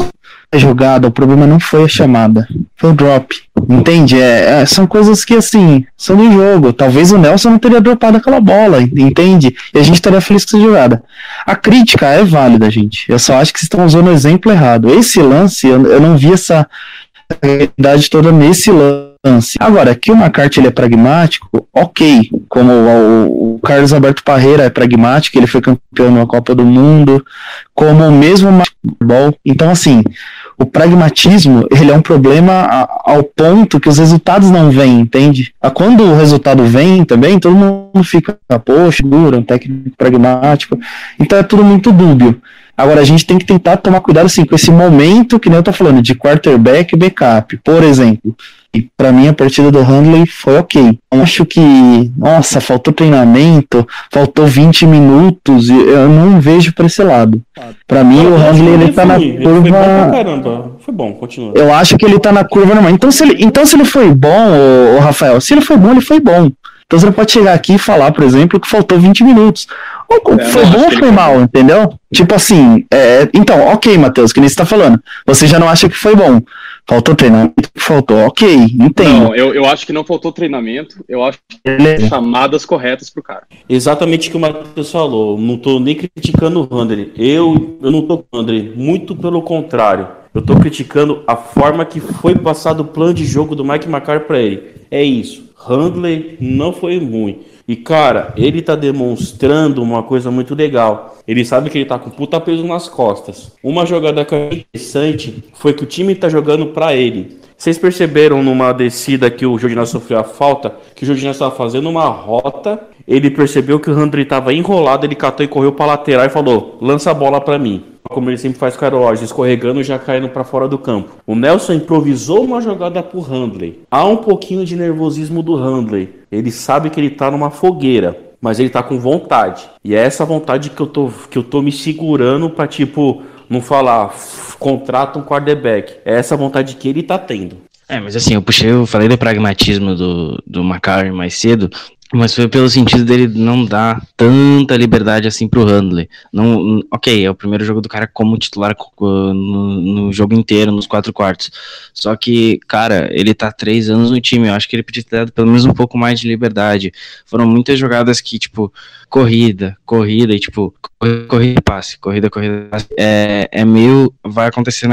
Speaker 7: a jogada, o problema não foi a chamada, foi o drop. Entende? São coisas que, assim, são do jogo. Talvez o Nelson não teria dropado aquela bola, entende? E a gente estaria feliz com essa jogada. A crítica é válida, gente. Eu só acho que vocês estão usando o exemplo errado. Esse lance, eu não vi essa realidade toda nesse lance. Agora, que o McCarthy ele é pragmático, ok. Como o Carlos Alberto Parreira é pragmático, ele foi campeão na Copa do Mundo, como o mesmo futebol. Então, assim, o pragmatismo, ele é um problema ao ponto que os resultados não vêm, entende? Quando o resultado vem também, todo mundo fica, poxa, dura, um técnico pragmático. Então é tudo muito dúbio. Agora, a gente tem que tentar tomar cuidado, assim, com esse momento, que nem eu tô falando, de quarterback e backup, por exemplo. E pra mim, a partida do Handley foi ok. Eu acho que, nossa, faltou treinamento, faltou 20 minutos, eu não vejo pra esse lado. Pra mim, o Handley, ele tá na curva... Foi bom pra
Speaker 3: caramba, foi bom, continua.
Speaker 7: Eu acho que ele tá na curva normal. Então, se ele foi bom, ô Rafael, se ele foi bom, ele foi bom. Então você não pode chegar aqui e falar, por exemplo, que faltou 20 minutos. Foi bom ou foi mal, entendeu? Tipo assim, então, ok, Matheus, que nem você tá falando. Você já não acha que foi bom. Faltou treinamento, faltou, ok, entendo.
Speaker 4: Não, eu acho que não faltou treinamento, eu acho que chamadas corretas pro cara.
Speaker 3: Exatamente o que o Matheus falou, não tô nem criticando o Handley. Eu não tô com o Handley, muito pelo contrário. Eu tô criticando a forma que foi passado o plano de jogo do Mike McCarthy pra ele. É isso. Handley não foi ruim. E, cara, ele tá demonstrando uma coisa muito legal. Ele sabe que ele tá com puta peso nas costas. Uma jogada que é interessante foi que o time tá jogando pra ele. Vocês perceberam numa descida que o Jorginho sofreu a falta, que o Jorginho estava fazendo uma rota, ele percebeu que o Handley tava enrolado, ele catou e correu pra lateral e falou, lança a bola pra mim. Como ele sempre faz com o Aaron Rodgers, escorregando e já caindo para fora do campo. O Nelson improvisou uma jogada pro Handley. Há um pouquinho de nervosismo do Handley. Ele sabe que ele tá numa fogueira, mas ele tá com vontade. E é essa vontade que eu tô me segurando pra, tipo, não falar, contrata um quarterback. É essa vontade que ele tá tendo.
Speaker 6: Mas assim, eu falei do pragmatismo do McCarthy mais cedo, mas foi pelo sentido dele não dar tanta liberdade assim pro Handley. Não, ok, é o primeiro jogo do cara como titular no jogo inteiro, nos 4 quartos. Só que, cara, ele tá 3 anos no time, eu acho que ele podia ter dado pelo menos um pouco mais de liberdade. Foram muitas jogadas que, tipo, corrida, e tipo, corrida, passe. É meio, vai acontecer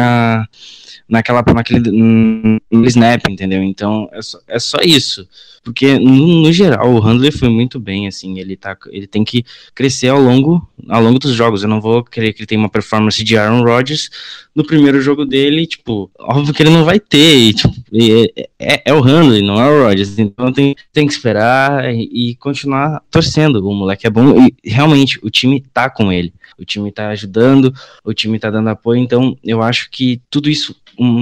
Speaker 6: naquele snap, entendeu? Então é só isso, porque no geral o Handley foi muito bem, assim, ele tem que crescer ao longo dos jogos. Eu não vou querer que ele tenha uma performance de Aaron Rodgers no primeiro jogo dele, tipo, óbvio que ele não vai ter, e, tipo, é o Handley, não é o Rodgers, então tem que esperar e continuar torcendo. O moleque é bom e realmente o time tá com ele, o time tá ajudando, o time tá dando apoio, então eu acho que tudo isso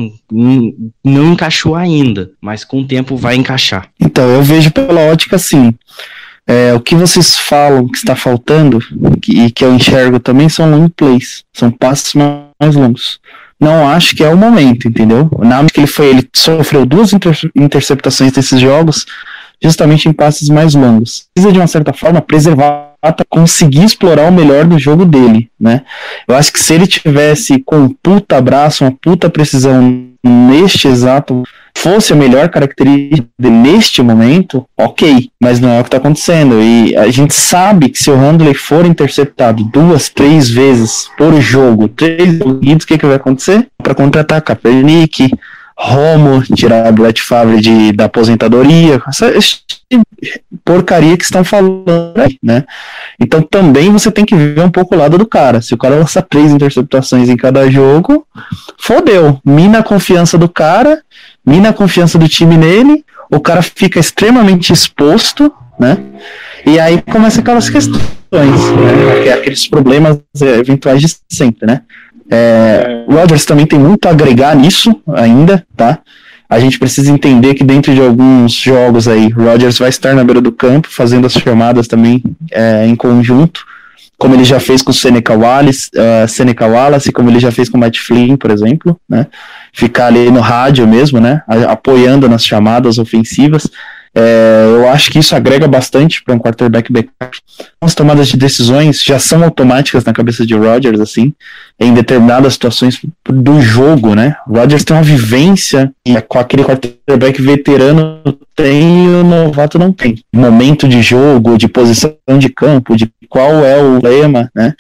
Speaker 6: não encaixou ainda, mas com o tempo vai encaixar.
Speaker 7: Então, eu vejo pela ótica assim, o que vocês falam que está faltando, e que eu enxergo também, são long plays, são passos mais longos. Não acho que é o momento, entendeu? Na que ele sofreu 2 interceptações desses jogos, justamente em passes mais longos. Precisa, de uma certa forma, preservar para conseguir explorar o melhor do jogo dele, né? Eu acho que se ele tivesse com um puta abraço, uma puta precisão neste exato, fosse a melhor característica dele neste momento, ok, mas não é o que está acontecendo. E a gente sabe que se o Handley for interceptado 2, 3 vezes por jogo, 3 seguidos, o que vai acontecer? Para contratar Kaepernick, Romo, tirar a Brett Favre da aposentadoria, essa porcaria que estão falando aí, né? Então também você tem que ver um pouco o lado do cara. Se o cara lança 3 interceptações em cada jogo, fodeu, mina a confiança do cara, mina a confiança do time nele, o cara fica extremamente exposto, né? E aí começa aquelas questões, né? Aqueles problemas eventuais de sempre, né? O Rodgers também tem muito a agregar nisso ainda, tá? A gente precisa entender que dentro de alguns jogos aí, o Rodgers vai estar na beira do campo, fazendo as chamadas também em conjunto, como ele já fez com o Seneca Wallace, como ele já fez com o Matt Flynn, por exemplo, né? Ficar ali no rádio mesmo, né? Apoiando nas chamadas ofensivas. Eu acho que isso agrega bastante para um quarterback backup. As tomadas de decisões já são automáticas na cabeça de Rodgers, assim, em determinadas situações do jogo, né? O Rodgers tem uma vivência e com aquele quarterback veterano tem e o novato não tem. Momento de jogo, de posição de campo, de qual é o lema, né?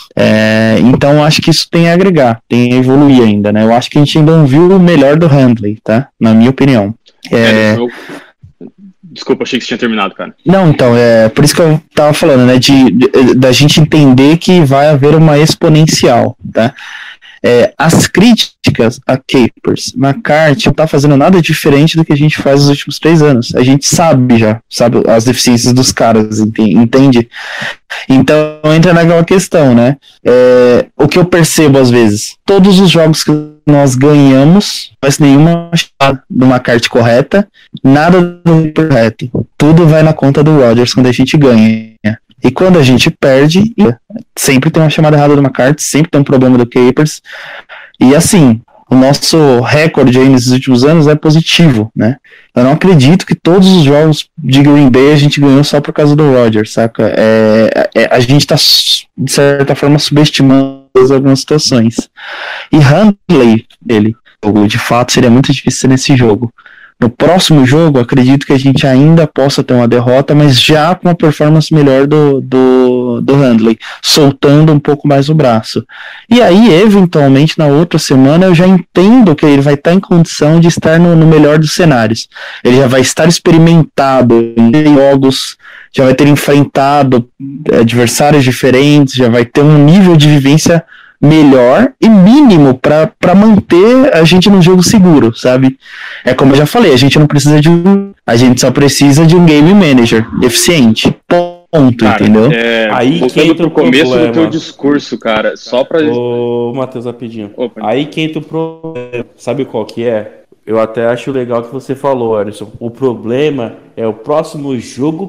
Speaker 7: Então acho que isso tem a agregar, tem a evoluir ainda, né? Eu acho que a gente ainda não viu o melhor do Handley, tá? Na minha opinião.
Speaker 4: Desculpa, achei que você tinha terminado, cara.
Speaker 7: Não, então, por isso que eu tava falando, né? Da gente entender que vai haver uma exponencial, tá? As críticas a Capers, McCarthy, não tá fazendo nada diferente do que a gente faz nos últimos 3 anos. A gente sabe as deficiências dos caras, entende? Então entra naquela questão, né? O que eu percebo às vezes, todos os jogos que nós ganhamos, mas nenhuma do McCarthy correta, nada do correto. Tudo vai na conta do Rodgers quando a gente ganha. E quando a gente perde, sempre tem uma chamada errada do McCarthy, sempre tem um problema do Capers. E assim, o nosso recorde aí nesses últimos anos é positivo, né? Eu não acredito que todos os jogos de Green Bay a gente ganhou só por causa do Rodgers, saca? A gente tá, de certa forma, subestimando algumas situações. E Handley, de fato, seria muito difícil nesse jogo. No próximo jogo, acredito que a gente ainda possa ter uma derrota, mas já com uma performance melhor do Handley, soltando um pouco mais o braço. E aí, eventualmente, na outra semana, eu já entendo que ele vai estar em condição de estar no melhor dos cenários. Ele já vai estar experimentado em jogos, já vai ter enfrentado adversários diferentes, já vai ter um nível de vivência melhor e mínimo para manter a gente num jogo seguro, sabe? Como eu já falei, a gente não precisa a gente só precisa de um game manager eficiente. Ponto, cara, entendeu?
Speaker 4: Aí que entra o começo do teu discurso, cara, só pra...
Speaker 3: Ô, Matheus, rapidinho. Opa. Aí que entra o problema, sabe qual que é? Eu até acho legal que você falou, Alisson. O problema é o próximo jogo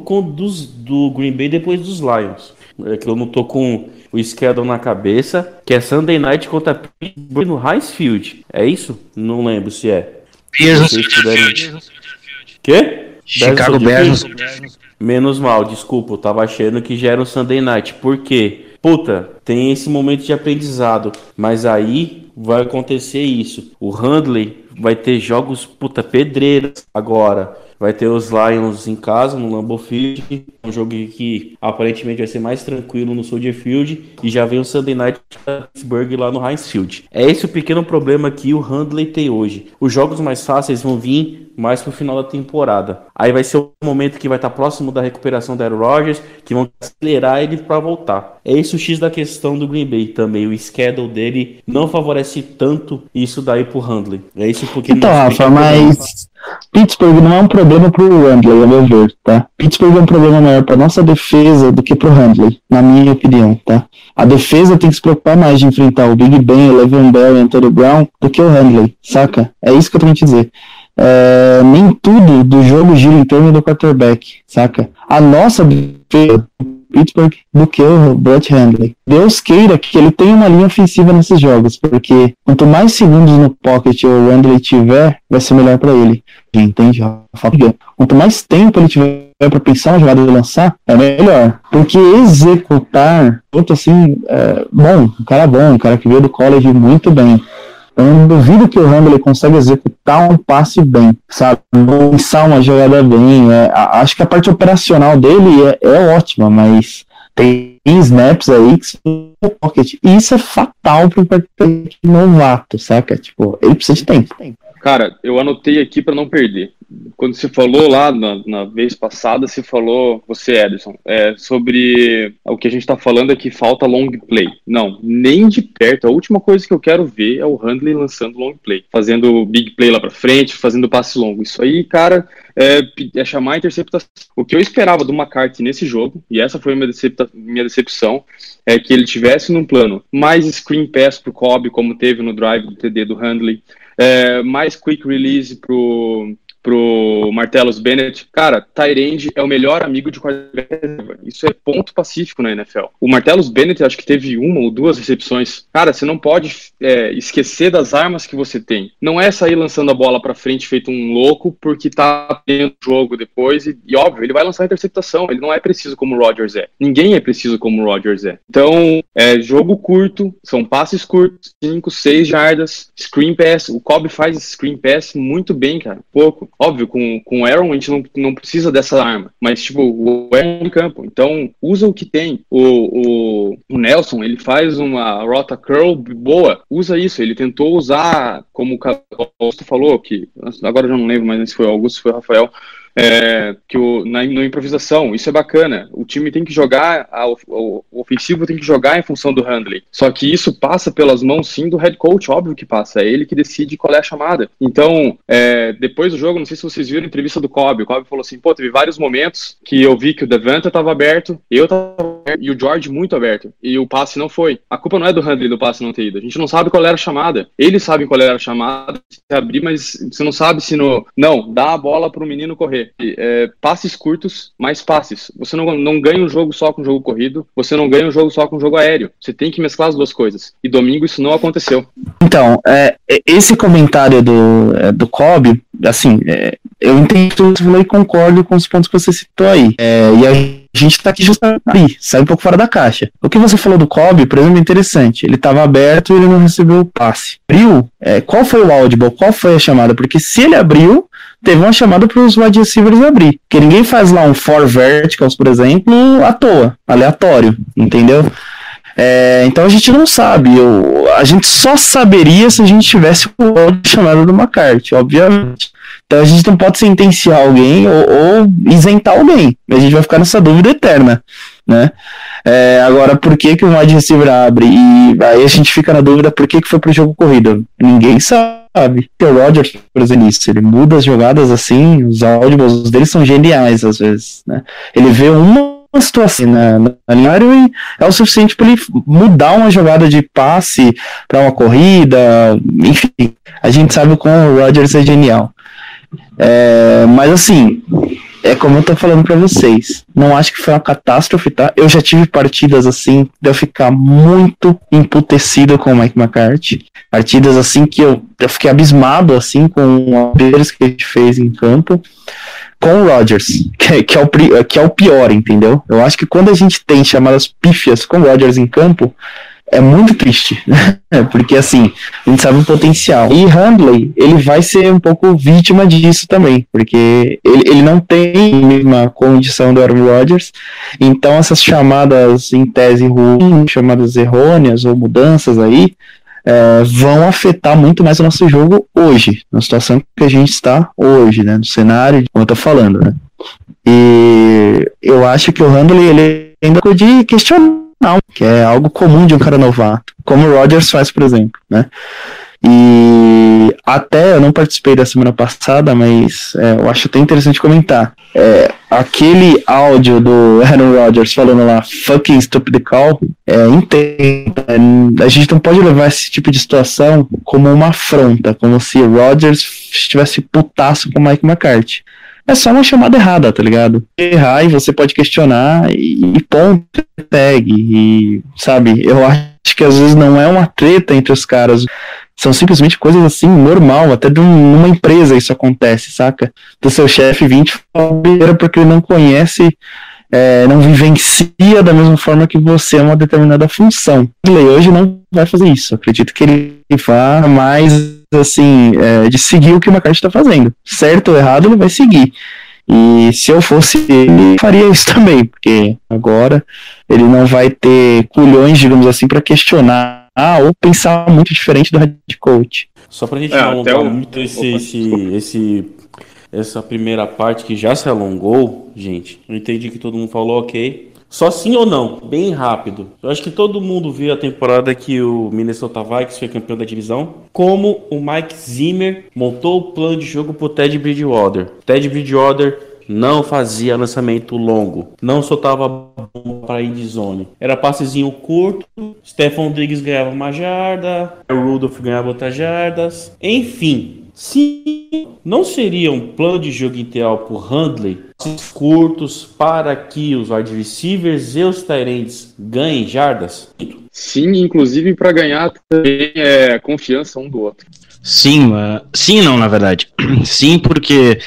Speaker 3: do Green Bay depois dos Lions. Que eu não tô com o schedule na cabeça, que é Sunday Night contra Pittsburgh no Heinz Field. É isso? Não lembro se é.
Speaker 6: Bears no Field.
Speaker 3: Quê?
Speaker 6: Chicago Bears.
Speaker 3: Menos mal, desculpa, eu tava achando que já era um Sunday Night. Por quê? Puta, tem esse momento de aprendizado, mas aí vai acontecer isso. O Handley vai ter jogos, pedreiras agora. Vai ter os Lions em casa, no Lambeau Field, um jogo que aparentemente vai ser mais tranquilo no Soldier Field, e já vem o Sunday Night Pittsburgh lá no Heinz Field. É esse o pequeno problema que o Handley tem hoje. Os jogos mais fáceis vão vir mais pro final da temporada. Aí vai ser o momento que vai estar próximo da recuperação do Aaron Rodgers, que vão acelerar ele para voltar. É esse o X da questão do Green Bay também. O schedule dele não favorece tanto isso daí pro Handley. É isso porque...
Speaker 7: Então, Rafa, mas... Pittsburgh não é um problema pro Handley, a meu ver, tá? Pittsburgh é um problema maior pra nossa defesa do que pro Handley, na minha opinião, tá? A defesa tem que se preocupar mais de enfrentar o Big Ben, o Le'Veon Bell e o Antonio Brown do que o Handley, saca? É isso que eu tô querendo dizer. Nem tudo do jogo gira em torno do quarterback, saca? A nossa defesa Pittsburgh do que o Brett Handley. Deus queira que ele tenha uma linha ofensiva nesses jogos, porque quanto mais segundos no pocket o Handley tiver, vai ser melhor pra ele. Entende? Quanto mais tempo ele tiver pra pensar uma jogada de lançar, é melhor. Porque executar, outro assim, um cara que veio do college muito bem. Eu não duvido que o Handley consegue executar um passe bem, sabe? Lançar uma jogada bem. Acho que a parte operacional dele é ótima, mas tem snaps aí que são no pocket. E isso é fatal para um novato, saca? Tipo, ele precisa de tempo.
Speaker 4: Cara, eu anotei aqui para não perder. Quando você falou lá na vez passada, você falou, você, Ederson, sobre o que a gente tá falando é que falta long play. Não, nem de perto. A última coisa que eu quero ver é o Handley lançando long play, fazendo big play lá pra frente, fazendo passe longo. Isso aí, cara, é chamar a interceptação. O que eu esperava do McCarthy nesse jogo, e essa foi minha decepção, é que ele tivesse num plano mais screen pass pro Cobb, como teve no drive do TD do Handley, mais quick release pro pro Martellus Bennett. Cara, tight end é o melhor amigo de quarterback reserva. Isso é ponto pacífico na NFL. O Martellus Bennett, acho que teve 1 ou 2 recepções. Cara, você não pode esquecer das armas que você tem. Não é sair lançando a bola pra frente feito um louco porque tá tendo jogo depois e óbvio, ele vai lançar a interceptação. Ele não é preciso como o Rodgers é. Ninguém é preciso como o Rodgers é. Então, jogo curto, são passes curtos, 5, 6 jardas, screen pass. O Cobb faz screen pass muito bem, cara. Pouco. Óbvio, com o Aaron a gente não precisa dessa arma. Mas, tipo, o Aaron de campo. Então, usa o que tem. O Nelson, ele faz uma rota curl boa. Usa isso. Ele tentou usar, como o Augusto falou, que agora eu já não lembro mais se foi o Augusto, se foi o Rafael, na improvisação, isso é bacana. O time tem que jogar, o ofensivo tem que jogar em função do handling. Só que isso passa pelas mãos, sim, do head coach, óbvio que passa. É ele que decide qual é a chamada. Então, depois do jogo, não sei se vocês viram a entrevista do Cobb. O Cobb falou assim, teve vários momentos que eu vi que o Devonta estava aberto, eu tava aberto, e o George muito aberto, e o passe não foi. A culpa não é do handling do passe não ter ido. A gente não sabe qual era a chamada. Eles sabem qual era a chamada, se abrir, mas você não sabe se Não, dá a bola pro menino correr. Passes curtos, mais passes. Você não ganha um jogo só com jogo corrido, você não ganha um jogo só com jogo aéreo. Você tem que mesclar as duas coisas. E domingo isso não aconteceu.
Speaker 7: Então, esse comentário do Cobb, assim, eu entendo tudo que você falou e concordo com os pontos que você citou aí. E a gente tá aqui justamente aí, sai um pouco fora da caixa. O que você falou do Cobb, por exemplo, é interessante. Ele estava aberto e ele não recebeu o passe. Abriu, qual foi o audible? Qual foi a chamada? Porque se ele abriu, teve uma chamada para os wide receivers abrir. Porque ninguém faz lá um 4 verticals, por exemplo, à toa, aleatório, entendeu? Então a gente não sabe. A gente só saberia se a gente tivesse o áudio chamado do McCarthy, obviamente. Então a gente não pode sentenciar alguém ou isentar alguém. A gente vai ficar nessa dúvida eterna, né? Agora, por que o wide receiver abre? E aí a gente fica na dúvida por que foi pro jogo corrido. Ninguém sabe. O Rodgers, por exemplo, ele muda as jogadas assim, os audibles deles são geniais às vezes, né? Ele vê uma situação na linha e é o suficiente para ele mudar uma jogada de passe para uma corrida, enfim, a gente sabe como o Rodgers é genial. Mas assim, como eu tô falando para vocês, não acho que foi uma catástrofe, tá? Eu já tive partidas assim de eu ficar muito emputecido com o Mike McCarthy, partidas assim que eu fiquei abismado assim com os erros que a gente fez em campo com o Rodgers, que é o pior, entendeu? Eu acho que quando a gente tem chamadas pífias com o Rodgers em campo, é muito triste, porque assim, a gente sabe o potencial. E Handley, ele vai ser um pouco vítima disso também, porque ele não tem a mesma condição do Aaron Rodgers, então essas chamadas em tese ruins, chamadas errôneas ou mudanças aí, vão afetar muito mais o nosso jogo hoje, na situação que a gente está hoje, né, no cenário, como eu tô falando, né. E eu acho que o Handley, ele ainda de questionar, que é algo comum de um cara novato, como o Rodgers faz, por exemplo, né? E até eu não participei da semana passada, mas eu acho até interessante comentar. Aquele áudio do Aaron Rodgers falando lá, fucking stupid call, a gente não pode levar esse tipo de situação como uma afronta, como se o Rodgers estivesse putaço com o Mike McCarthy. É só uma chamada errada, tá ligado? Errar e você pode questionar e ponto, pegue. E, sabe, eu acho que às vezes não é uma treta entre os caras. São simplesmente coisas assim, normal. Até numa empresa isso acontece, saca? Do seu chefe vir te falar porque ele não conhece, não vivencia da mesma forma que você uma determinada função. Ele hoje não vai fazer isso. Acredito que ele vá mais assim, de seguir o que o McCarthy está fazendo. Certo ou errado, ele vai seguir. E se eu fosse ele, faria isso também, porque agora ele não vai ter culhões, digamos assim, para questionar ou pensar muito diferente do head coach.
Speaker 3: Só pra gente não alongar muito essa primeira parte que já se alongou, gente, eu entendi que todo mundo falou ok. Só sim ou não? Bem rápido. Eu acho que todo mundo viu a temporada que o Minnesota Vikings foi campeão da divisão. Como o Mike Zimmer montou o plano de jogo pro Ted Bridgewater. Ted Bridgewater não fazia lançamento longo. Não soltava bomba para end zone. Era passezinho curto. Stephon Diggs ganhava uma jarda. O Rudolph ganhava outras jardas. Enfim. Se não seria um plano de jogo ideal para o Handley, curtos para que os wide receivers e os tight ends ganhem jardas?
Speaker 4: Sim, inclusive para ganhar também confiança um do outro.
Speaker 6: Sim, sim, não, na verdade. Sim, porque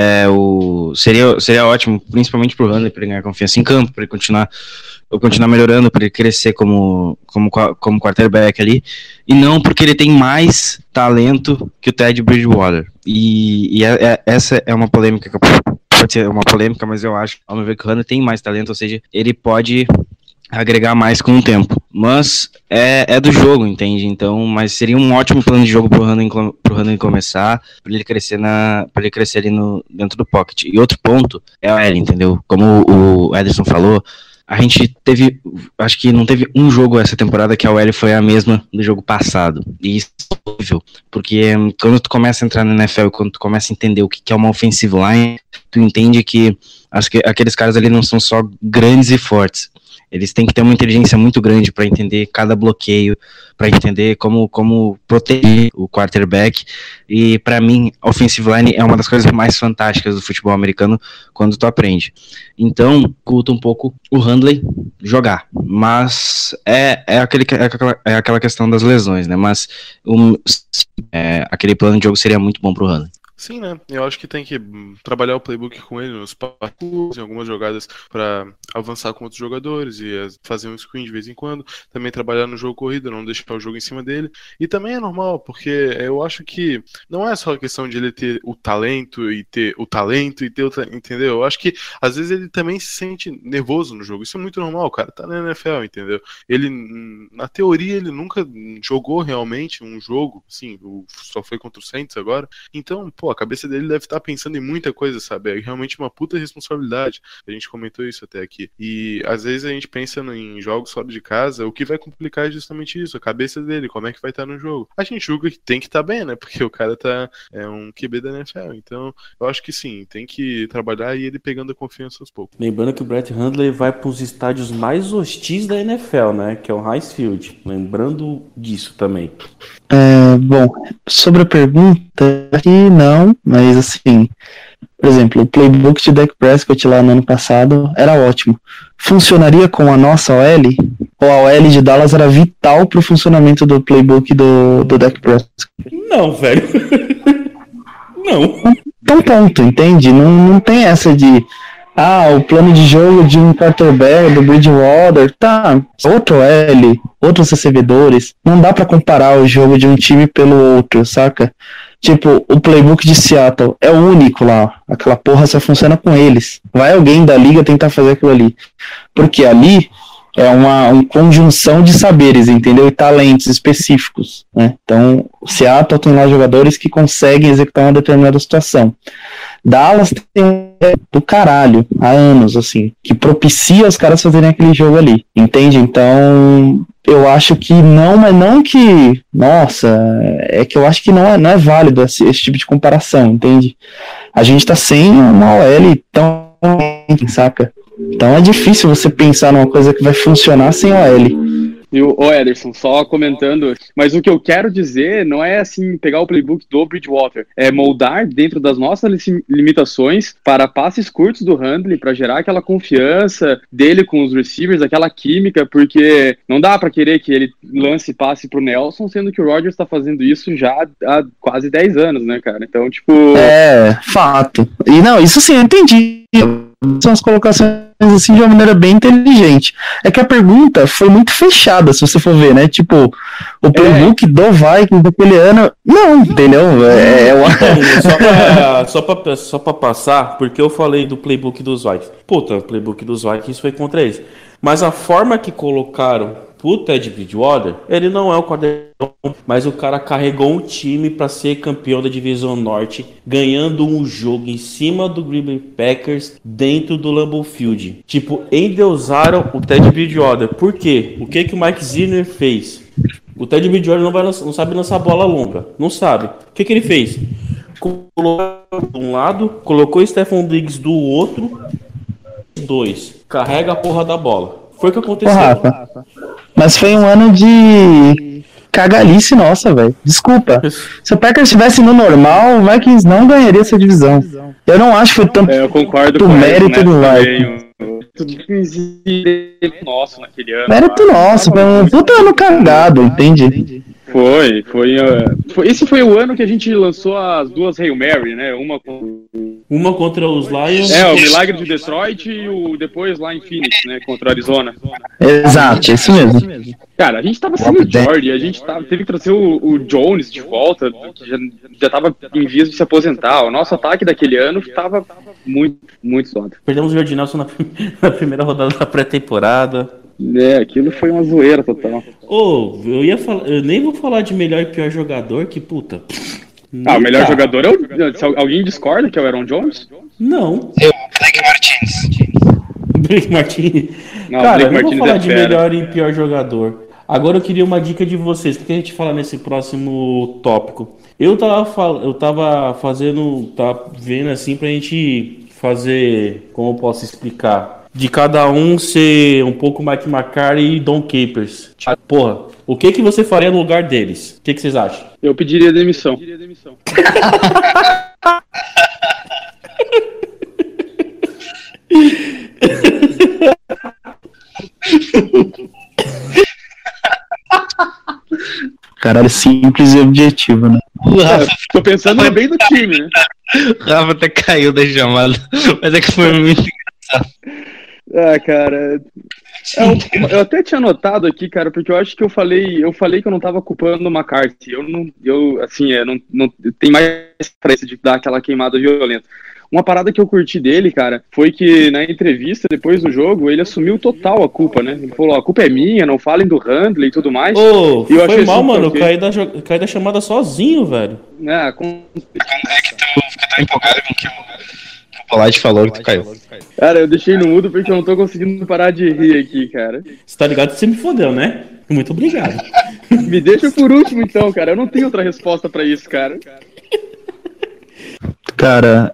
Speaker 6: seria ótimo, principalmente pro Handley, para ele ganhar confiança em campo, para ele continuar melhorando, para ele crescer como quarterback ali, e não porque ele tem mais talento que o Ted Bridgewater. Essa é uma polêmica, pode ser uma polêmica, mas eu acho, ao meu ver, que o Handley tem mais talento, ou seja, ele pode agregar mais com o tempo, mas é do jogo, entende? Então, mas seria um ótimo plano de jogo pro Handley começar, para ele crescer ali dentro do pocket. E outro ponto é o L, entendeu? Como o Ederson falou, a gente acho que não teve um jogo essa temporada que a OL foi a mesma do jogo passado, e isso é horrível, porque quando tu começa a entrar na NFL e quando tu começa a entender o que é uma offensive line, tu entende que aqueles caras ali não são só grandes e fortes. Eles têm que ter uma inteligência muito grande para entender cada bloqueio, para entender como proteger o quarterback. E para mim, a offensive line é uma das coisas mais fantásticas do futebol americano quando tu aprende. Então, culto um pouco o Handley jogar. Mas é aquela questão das lesões, né? Mas aquele plano de jogo seria muito bom pro Handley.
Speaker 5: Sim, né? Eu acho que tem que trabalhar o playbook com ele nos parcours, em algumas jogadas para avançar com outros jogadores e fazer um screen de vez em quando. Também trabalhar no jogo corrido, não deixar o jogo em cima dele. E também é normal, porque eu acho que não é só a questão de ele ter o talento, entendeu? Eu acho que às vezes ele também se sente nervoso no jogo. Isso é muito normal, o cara tá na NFL, entendeu? Ele, na teoria, ele nunca jogou realmente um jogo, assim, só foi contra o Saints agora. Então, a cabeça dele deve estar pensando em muita coisa, sabe? É realmente uma puta responsabilidade. A gente comentou isso até aqui. E às vezes a gente pensa em jogos fora de casa, o que vai complicar é justamente isso, a cabeça dele, como é que vai estar no jogo. A gente julga que tem que estar bem, né? Porque o cara é um QB da NFL. Então, eu acho que sim, tem que trabalhar e ele pegando a confiança aos poucos.
Speaker 3: Lembrando que o Brett Hundley vai para os estádios mais hostis da NFL, né? Que é o Heinz Field. Lembrando disso também.
Speaker 7: Bom, sobre a pergunta, aqui não, mas assim, por exemplo, o playbook de Dak Prescott lá no ano passado era ótimo. Funcionaria com a nossa OL? Ou a OL de Dallas era vital pro funcionamento do playbook do Dak Prescott?
Speaker 3: Não, velho. Não.
Speaker 7: Então ponto, entende? Não tem essa de o plano de jogo de um quarterback, do Bridgewater, tá, outro L, outros recebedores, não dá pra comparar o jogo de um time pelo outro, saca? Tipo, o playbook de Seattle é o único lá, aquela porra só funciona com eles. Vai alguém da liga tentar fazer aquilo ali, porque ali é uma conjunção de saberes, entendeu? E talentos específicos, né? Então, o Seattle tem lá jogadores que conseguem executar uma determinada situação. Dallas tem do caralho, há anos, assim, que propicia os caras fazerem aquele jogo ali, entende? Então, eu acho que não, mas não que, nossa, é que eu acho que não é válido esse tipo de comparação, entende? A gente tá sem uma OL tão, saca? Então é difícil você pensar numa coisa que vai funcionar sem OL.
Speaker 4: E o Ederson, só comentando, mas o que eu quero dizer não é assim pegar o playbook do Bridgewater, é moldar dentro das nossas limitações para passes curtos do Handley, para gerar aquela confiança dele com os receivers, aquela química, porque não dá para querer que ele lance passe pro Nelson, sendo que o Rodgers tá fazendo isso já há quase 10 anos, né, cara? Então, tipo...
Speaker 7: fato. E não, isso sim, eu entendi. São as colocações assim de uma maneira bem inteligente. É que a pergunta foi muito fechada, se você for ver, né? Tipo, o playbook do Vikings daquele ano, não, entendeu?
Speaker 3: Só pra passar, porque eu falei do playbook dos Vikings. Puta, o playbook dos Vikings foi contra eles. Mas a forma que colocaram o Ted Bridgewater, ele não é o quarterback, mas o cara carregou um time para ser campeão da divisão norte, ganhando um jogo em cima do Green Bay Packers dentro do Lambeau Field. Tipo, endeusaram o Ted Bridgewater. Por quê? O que o Mike Zimmer fez? O Ted Bridgewater não sabe lançar bola longa. Não sabe. O que ele fez? Colocou de um lado, colocou o Stephon Diggs do outro. 2. Carrega a porra da bola. Foi o que aconteceu.
Speaker 7: Mas foi um ano de cagalice nossa, velho. Desculpa. Se o Packers estivesse no normal, o Vikings não ganharia essa divisão. Eu não acho que foi tanto
Speaker 4: Eu concordo
Speaker 7: o
Speaker 4: com
Speaker 7: mérito
Speaker 4: ele,
Speaker 7: do
Speaker 4: né,
Speaker 7: Vikings.
Speaker 4: Tudo nosso naquele ano.
Speaker 7: Mérito nosso, foi um puta ano cagado, entende?
Speaker 4: Esse foi o ano que a gente lançou as duas Hail Mary, né?
Speaker 3: Uma contra os Lions.
Speaker 4: O Milagre de Detroit e depois lá em Phoenix, né? Contra o Arizona.
Speaker 7: Exato, isso mesmo.
Speaker 4: Cara, a gente tava sem o Jordi, a gente teve que trazer o Jones de volta, que já tava em vias de se aposentar. O nosso ataque daquele ano tava muito, muito sólido.
Speaker 3: Perdemos o Jordi Nelson na primeira rodada da pré-temporada.
Speaker 4: Aquilo foi uma zoeira total.
Speaker 3: Eu nem vou falar de melhor e pior jogador, que puta.
Speaker 4: O melhor jogador é se alguém discorda que é o Aaron Jones?
Speaker 3: Não.
Speaker 6: Blake Martins.
Speaker 3: Cara, eu não vou falar de melhor e pior jogador. Agora eu queria uma dica de vocês. O que a gente fala nesse próximo tópico? Eu tava vendo assim pra gente fazer, como eu posso explicar, de cada um ser um pouco Mike McCarthy e Don Capers. Porra, o que você faria no lugar deles? O que vocês acham?
Speaker 4: Eu pediria demissão.
Speaker 7: Caralho, simples e objetivo, né?
Speaker 4: Tô pensando no bem do time, né?
Speaker 6: O Rafa até caiu da chamada, mas é que foi muito engraçado.
Speaker 4: Cara. Eu até tinha anotado aqui, cara, porque eu acho que eu falei que eu não tava culpando o McCarthy. Não tem mais pra isso de dar aquela queimada violenta. Uma parada que eu curti dele, cara, foi que na entrevista, depois do jogo, ele assumiu total a culpa, né? Ele falou, a culpa é minha, não falem do Handley e tudo mais.
Speaker 3: E eu achei mal, mano, caí da chamada sozinho, velho.
Speaker 6: É que tu fica tão empolgado com o que o Polite falou que tu caiu.
Speaker 4: Cara, eu deixei no mudo porque eu não tô conseguindo parar de rir aqui, cara.
Speaker 3: Você tá ligado que você me fodeu, né? Muito obrigado.
Speaker 4: Me deixa por último, então, cara. Eu não tenho outra resposta pra isso, cara.
Speaker 7: Cara,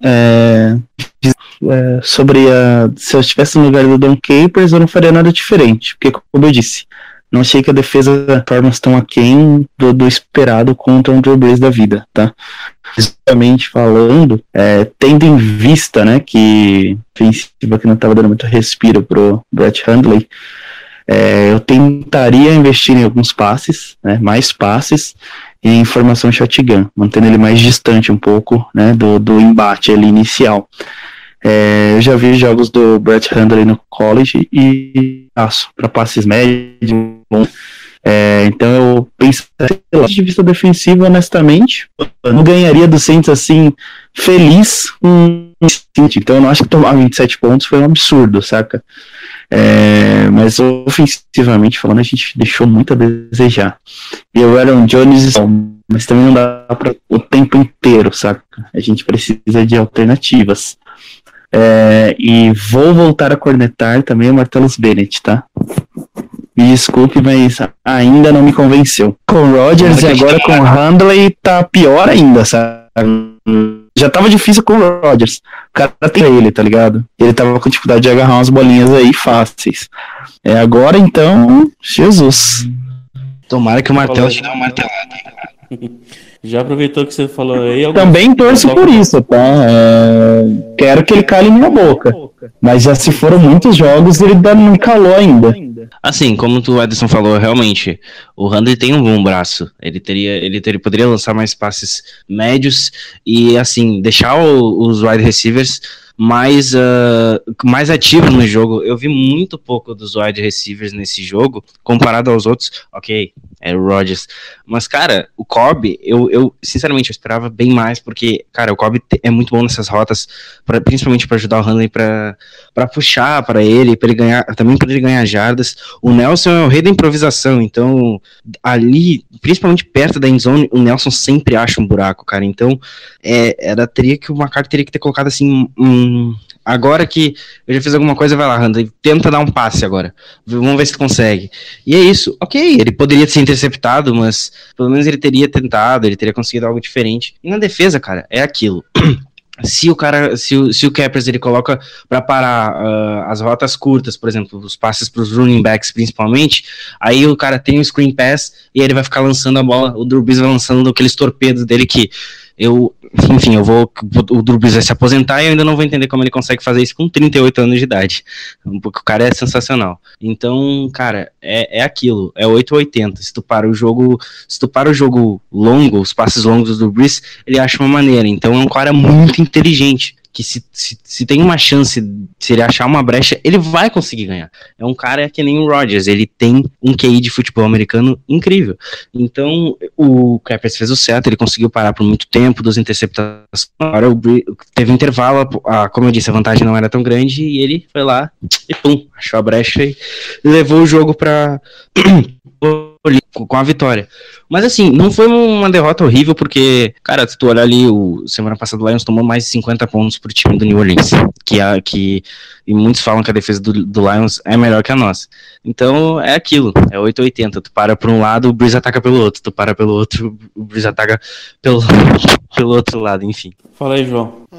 Speaker 7: se eu estivesse no lugar do Don Capers, eu não faria nada diferente, porque, como eu disse, não achei que a defesa formas tão aquém do esperado contra um Drew Brees da vida, tá? Especificamente falando, tendo em vista, né, que a ofensiva que não estava dando muito respiro pro Brett Hundley, eu tentaria investir em alguns passes, né, mais passes, em formação shotgun, mantendo ele mais distante um pouco, né, do embate ali inicial. Eu já vi jogos do Brett Hundley no college e passo para passes médios. Então eu penso, de vista defensivo, honestamente, eu não ganharia do Saints assim, feliz com então eu não acho que tomar 27 pontos foi um absurdo, saca? Mas ofensivamente falando, a gente deixou muito a desejar. E o Aaron Jones, mas também não dá para o tempo inteiro, saca? A gente precisa de alternativas. E vou voltar a cornetar também o Martellus Bennett, tá? Me desculpe, mas ainda não me convenceu. Com o Rodgers e agora com o Handley tá pior ainda, sabe? Já tava difícil com o Rodgers. O cara tem ele, tá ligado? Ele tava com dificuldade de agarrar umas bolinhas aí fáceis. Agora então, Jesus.
Speaker 6: Tomara que o martelo te dê uma martelada.
Speaker 3: Já aproveitou que você falou aí.
Speaker 7: Também torço por isso, tá? Quero que ele cale minha boca. Mas já se foram muitos jogos, ele não calou ainda.
Speaker 6: Assim, como o Edson falou, realmente, o Handley tem um bom braço. Ele poderia lançar mais passes médios e, assim, deixar os wide receivers mais ativos no jogo. Eu vi muito pouco dos wide receivers nesse jogo, comparado aos outros. Ok, é o Rodgers. Mas, cara, o Cobb, eu sinceramente, eu esperava bem mais, porque, cara, o Cobb é muito bom nessas rotas, principalmente para ajudar o Handley para puxar para ele, para ele ganhar, também para ele ganhar jardas. O Nelson é o rei da improvisação, então, ali, principalmente perto da endzone, o Nelson sempre acha um buraco, cara. Então, o McCarthy teria que ter colocado assim, agora que eu já fiz alguma coisa, vai lá, Handley, tenta dar um passe agora, vamos ver se consegue. E é isso, ok, ele poderia ser interceptado, mas pelo menos ele teria tentado, ele teria conseguido algo diferente. E na defesa, cara, é aquilo. Se o Capers ele coloca para parar as rotas curtas, por exemplo, os passes para os running backs principalmente, aí o cara tem o screen pass e ele vai ficar lançando a bola, o Drew Brees vai lançando aqueles torpedos dele que o Drew Brees vai se aposentar e eu ainda não vou entender como ele consegue fazer isso com 38 anos de idade, porque o cara é sensacional. Então, cara, é aquilo, é 8-80. Se tu para o jogo longo, os passes longos do Brees, ele acha uma maneira. Então é um cara muito inteligente, que se tem uma chance, se ele achar uma brecha, ele vai conseguir ganhar. É um cara que nem o Rodgers, ele tem um QI de futebol americano incrível. Então, o Capers fez o certo, ele conseguiu parar por muito tempo, 2 interceptações, agora teve um intervalo, como eu disse, a vantagem não era tão grande, e ele foi lá e pum, achou a brecha e levou o jogo para com a vitória. Mas assim, não foi uma derrota horrível, porque, cara, se tu olhar ali, semana passada o Lions tomou mais de 50 pontos pro time do New Orleans, e muitos falam que a defesa do Lions é melhor que a nossa. Então é aquilo, é 8-80, tu para por um lado, o Brees ataca pelo outro, tu para pelo outro, o Brees ataca pelo outro lado, enfim.
Speaker 3: Fala aí, João.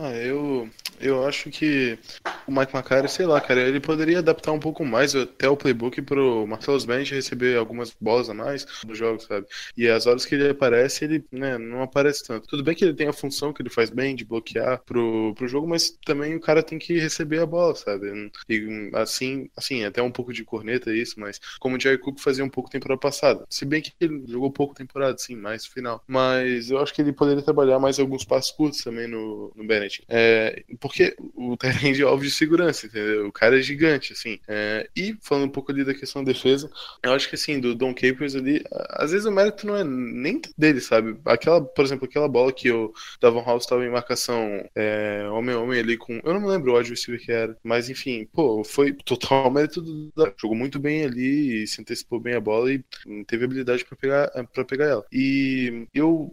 Speaker 5: Eu acho que o Mike McCarthy, sei lá, cara, ele poderia adaptar um pouco mais até o playbook pro Martellus Bennett receber algumas bolas a mais nos jogos, sabe? E as horas que ele aparece, ele, né, não aparece tanto. Tudo bem que ele tem a função que ele faz bem de bloquear pro jogo, mas também o cara tem que receber a bola, sabe? E assim, até um pouco de corneta isso, mas como o Jared Cook fazia um pouco temporada passada. Se bem que ele jogou pouco temporada, sim, mais final. Mas eu acho que ele poderia trabalhar mais alguns passos curtos também no Bennett. Porque o Tyrande é alvo de segurança, entendeu? O cara é gigante, assim. E falando um pouco ali da questão da defesa, eu acho que, assim, do Dom Capers ali, às vezes o mérito não é nem dele, sabe? Por exemplo, aquela bola que o Davon House estava em marcação homem-homem ali com... Eu não me lembro o wide receiver que era, mas enfim, pô, foi total mérito jogou muito bem ali, e se antecipou bem a bola e teve habilidade pra pegar ela. E eu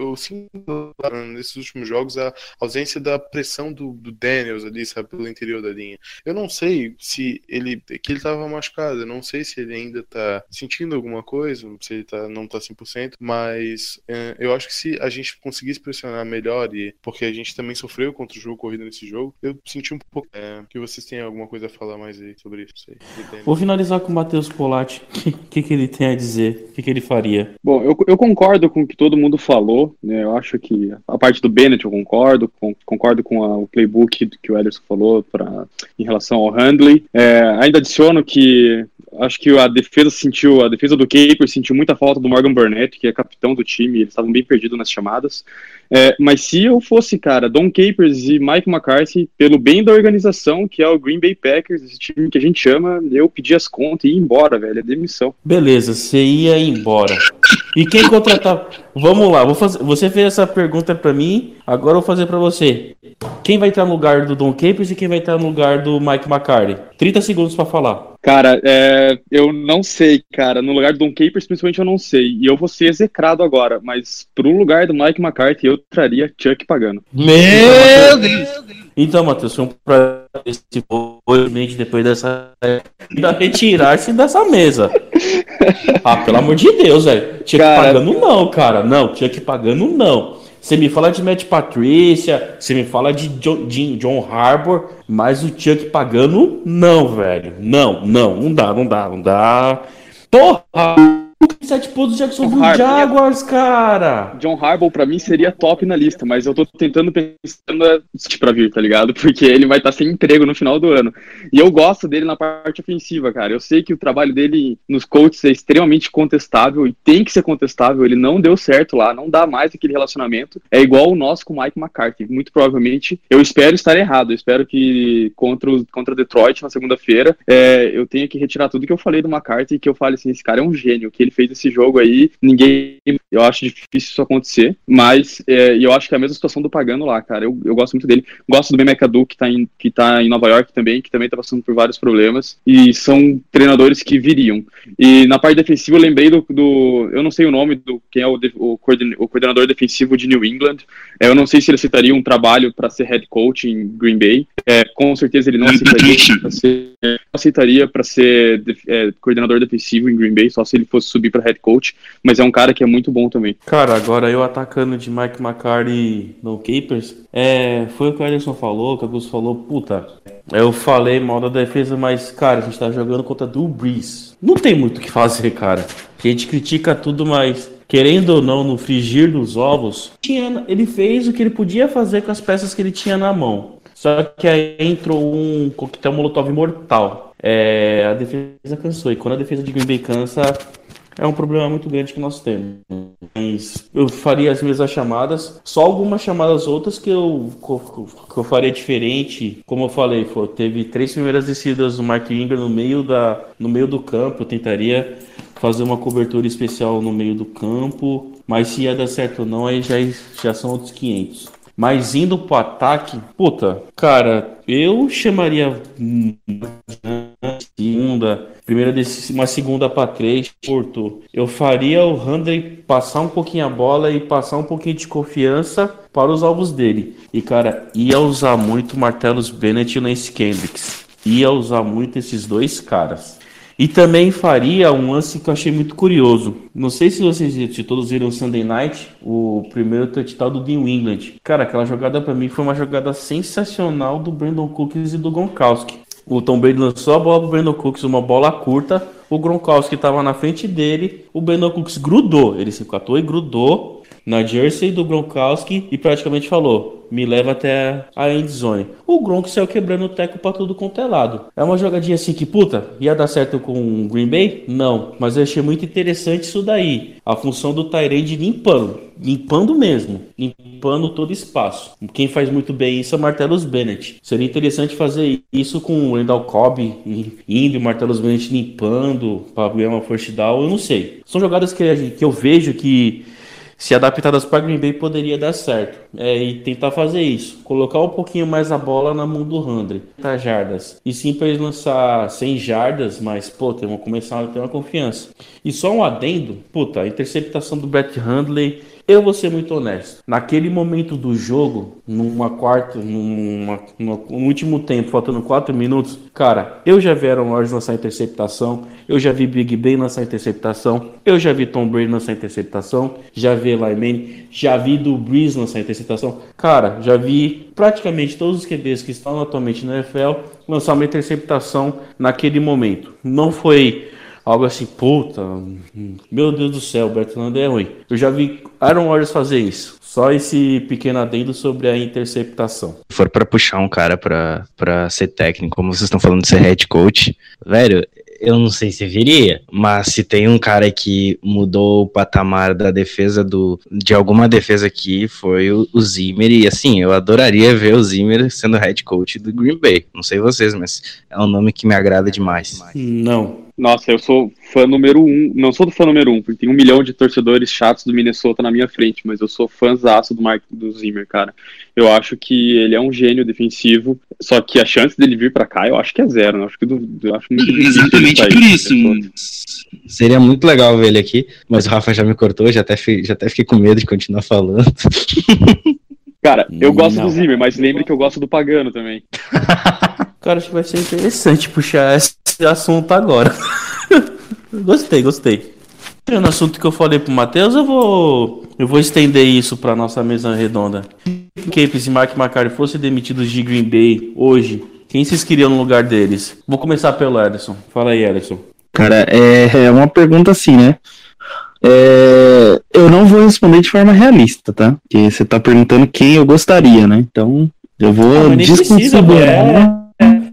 Speaker 5: sinto nesses últimos jogos a ausência da pressão do Daniels ali, sabe, pelo interior da linha. Eu não sei se ele tava machucado, eu não sei se ele ainda tá sentindo alguma coisa, se ele não tá 100%, mas eu acho que se a gente conseguisse pressionar melhor, porque a gente também sofreu contra o jogo corrido nesse jogo, eu senti um pouco que vocês têm alguma coisa a falar mais aí sobre isso. Sei,
Speaker 3: vou finalizar com o Matheus Polatti. O que ele tem a dizer? O que ele faria?
Speaker 4: Bom, eu concordo com o que todo mundo falou, né? Eu acho que a parte do Bennett eu concordo com o playbook que o Ederson falou em relação ao Handley. Ainda adiciono que acho que a defesa do Capers sentiu muita falta do Morgan Burnett, que é capitão do time, eles estavam bem perdidos nas chamadas. Mas se eu fosse, cara, Dom Capers e Mike McCarthy, pelo bem da organização, que é o Green Bay Packers, esse time que a gente chama, eu pedi as contas e ia embora, velho, é demissão.
Speaker 3: Beleza, você ia embora. E quem contratar... Vamos lá, você fez essa pergunta pra mim, agora eu vou fazer pra você. Quem vai entrar no lugar do Dom Capers e quem vai entrar no lugar do Mike McCarthy? 30 segundos pra falar.
Speaker 4: Cara, eu não sei, cara. No lugar do Dom Capers, principalmente, eu não sei. E eu vou ser execrado agora. Mas pro lugar do Mike McCarthy, eu traria Chuck Pagano.
Speaker 3: Meu Deus! Então, Matheus, foi um prazer depois dessa... retirar-se dessa mesa. Pelo amor de Deus, velho. Chuck Pagano não, cara. Não, Chuck Pagano não. Você me fala de Matt Patricia, você me fala de John Harbaugh, mas o Chuck Pagano, não, velho. Não dá. Porra! 7 pontos do Jacksonville Jaguars, cara!
Speaker 4: John Harbaugh, pra mim, seria top na lista, mas eu tô tentando pensando pra vir, tá ligado? Porque ele vai estar sem emprego no final do ano. E eu gosto dele na parte ofensiva, cara. Eu sei que o trabalho dele nos Colts é extremamente contestável e tem que ser contestável. Ele não deu certo lá, não dá mais aquele relacionamento. É igual o nosso com o Mike McCarthy. Muito provavelmente, eu espero estar errado. Eu espero que contra Detroit na segunda-feira, eu tenha que retirar tudo que eu falei do McCarthy e que eu fale assim, esse cara é um gênio. O que ele fez esse jogo aí, eu acho difícil isso acontecer, mas eu acho que é a mesma situação do Pagano lá, cara. Eu gosto muito dele, gosto do Ben McAdoo, que tá em Nova York também, que também tá passando por vários problemas, e são treinadores que viriam. E na parte defensiva eu lembrei eu não sei o nome do quem é o coordenador defensivo de New England. Eu não sei se ele aceitaria um trabalho para ser head coach em Green Bay. Com certeza ele não aceitaria para ser coordenador defensivo em Green Bay, só se ele fosse subir para head coach, mas é um cara que é muito bom bom também.
Speaker 3: Cara, agora eu atacando de Mike McCarthy no Capers, foi o que o Ederson falou, que o Augusto falou, puta, eu falei mal da defesa, mas, cara, a gente tá jogando contra Drew Brees. Não tem muito o que fazer, cara. A gente critica tudo, mas, querendo ou não, no frigir dos ovos, ele fez o que ele podia fazer com as peças que ele tinha na mão. Só que aí entrou um coquetel Molotov mortal. A defesa cansou, e quando a defesa de Green Bay cansa, é um problema muito grande que nós temos. Mas eu faria as mesmas chamadas, só algumas chamadas outras que eu faria diferente. Como eu falei, teve 3 primeiras descidas do Mark Ingram no meio do campo. Eu tentaria fazer uma cobertura especial no meio do campo, mas se ia dar certo ou não, aí já são outros 500. Mas indo pro ataque, puta, cara, eu chamaria uma segunda para 3, curto. Eu faria o Handley passar um pouquinho a bola e passar um pouquinho de confiança para os alvos dele. E, cara, ia usar muito Martellus Bennett e Lance Kendricks. Ia usar muito esses dois caras. E também faria um lance que eu achei muito curioso. Não sei se todos viram o Sunday Night, o primeiro touchdown do New England. Cara, aquela jogada pra mim foi uma jogada sensacional do Brandon Cooks e do Gronkowski. O Tom Brady lançou a bola pro Brandon Cooks, uma bola curta. O Gronkowski estava na frente dele. O Brandon Cooks grudou. Ele se catou e grudou na jersey do Gronkowski e praticamente falou: me leva até a end zone. O Gronk saiu quebrando o teco pra tudo quanto é lado. É uma jogadinha assim que, puta, ia dar certo com o Green Bay? Não, mas eu achei muito interessante isso daí. A função do tight end limpando mesmo, limpando todo espaço. Quem faz muito bem isso é o Martellus Bennett. Seria interessante fazer isso com o Randall Cobb indo e o Martellus Bennett limpando pra ganhar uma first down, eu não sei. São jogadas que eu vejo que, se adaptadas para Green Bay, poderia dar certo. E tentar fazer isso. Colocar um pouquinho mais a bola na mão do Handley. 30 jardas. E sim para eles lançar 100 jardas, mas, vamos começar a ter uma confiança. E só um adendo, a interceptação do Brett Hundley, eu vou ser muito honesto. Naquele momento do jogo, no último tempo, faltando 4 minutos, cara, eu já vi Aaron Rodgers lançar interceptação, eu já vi Big Ben lançar interceptação, eu já vi Tom Brady lançar interceptação, já vi Eli Manning, já vi Drew Brees lançar interceptação. Cara, já vi praticamente todos os QBs que estão atualmente na NFL lançar uma interceptação naquele momento. Não foi algo assim, meu Deus do céu, o Brett Hundley é ruim. Eu já vi Aaron Rodgers fazer isso. Só esse pequeno adendo sobre a interceptação.
Speaker 6: Se for pra puxar um cara pra ser técnico, como vocês estão falando de ser head coach, velho, eu não sei se viria, mas se tem um cara que mudou o patamar da defesa de alguma defesa aqui, foi o Zimmer, e assim, eu adoraria ver o Zimmer sendo head coach do Green Bay. Não sei vocês, mas é um nome que me agrada demais.
Speaker 3: Não.
Speaker 4: Nossa, eu sou fã número 1, não sou do fã número 1, porque tem 1 milhão de torcedores chatos do Minnesota na minha frente, mas eu sou fãzaço do Zimmer, cara. Eu acho que ele é um gênio defensivo, só que a chance dele vir pra cá, eu acho que é zero, né? Eu acho muito difícil.
Speaker 6: Exatamente por isso. Seria muito legal ver ele aqui, mas o Rafa já me cortou, já até fiquei com medo de continuar falando.
Speaker 4: Cara, eu gosto do Zimmer, mas lembre que eu gosto do Pagano também.
Speaker 3: Cara, acho que vai ser interessante puxar esse assunto agora. Gostei. No assunto que eu falei pro Matheus, eu vou estender isso pra nossa mesa redonda. Se Capes e Mark McCarthy fossem demitidos de Green Bay hoje, quem vocês queriam no lugar deles? Vou começar pelo Ederson. Fala aí, Ederson.
Speaker 7: Cara, é uma pergunta assim, né? Eu não vou responder de forma realista, tá? Porque você tá perguntando quem eu gostaria, né? Então, eu vou desconsiderar.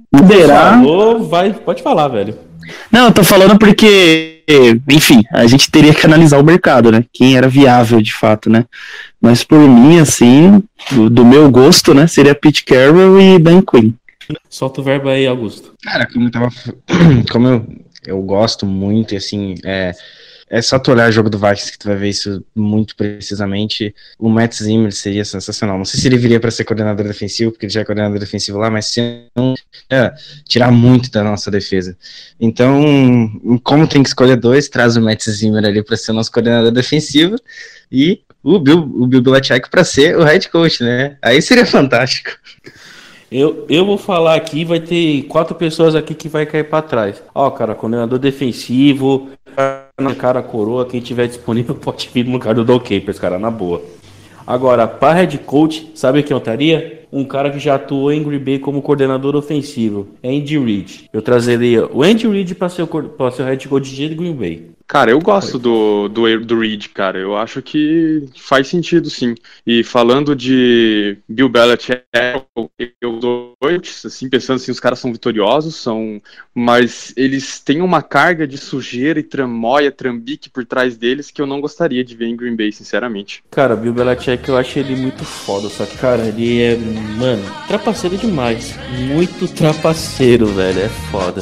Speaker 3: Pode falar, velho.
Speaker 7: Não, eu tô falando porque, enfim, a gente teria que analisar o mercado, né? Quem era viável de fato, né? Mas por mim, assim, do meu gosto, né? Seria Pete Carroll e Dan Quinn.
Speaker 3: Solta o verbo aí, Augusto.
Speaker 6: Cara, como eu gosto muito, assim, é só tu olhar o jogo do Vikings que tu vai ver isso muito precisamente. O Matt Zimmer seria sensacional. Não sei se ele viria para ser coordenador defensivo, porque ele já é coordenador defensivo lá, mas se não, tirar muito da nossa defesa. Então, como tem que escolher 2, traz o Matt Zimmer ali para ser o nosso coordenador defensivo e o Bill Belichick para ser o head coach, né? Aí seria fantástico.
Speaker 3: Eu vou falar aqui, vai ter 4 pessoas aqui que vai cair pra trás. Cara, coordenador defensivo, na cara a coroa, quem tiver disponível pode vir no lugar do Doug Capers, cara, na boa. Agora, para head coach, sabe quem eu estaria? Um cara que já atuou em Green Bay como coordenador ofensivo, Andy Reid. Eu trazeria o Andy Reid para ser o head coach de Green Bay.
Speaker 4: Cara, eu gosto do Reid, cara. Eu acho que faz sentido, sim. E falando de Bill Belichick, eu dou dois, assim, pensando assim, os caras são vitoriosos, mas eles têm uma carga de sujeira e trambique por trás deles que eu não gostaria de ver em Green Bay, sinceramente.
Speaker 3: Cara, Bill Belichick, eu acho ele muito foda, só que, cara, ele é, mano, trapaceiro demais. Muito trapaceiro, velho, é foda.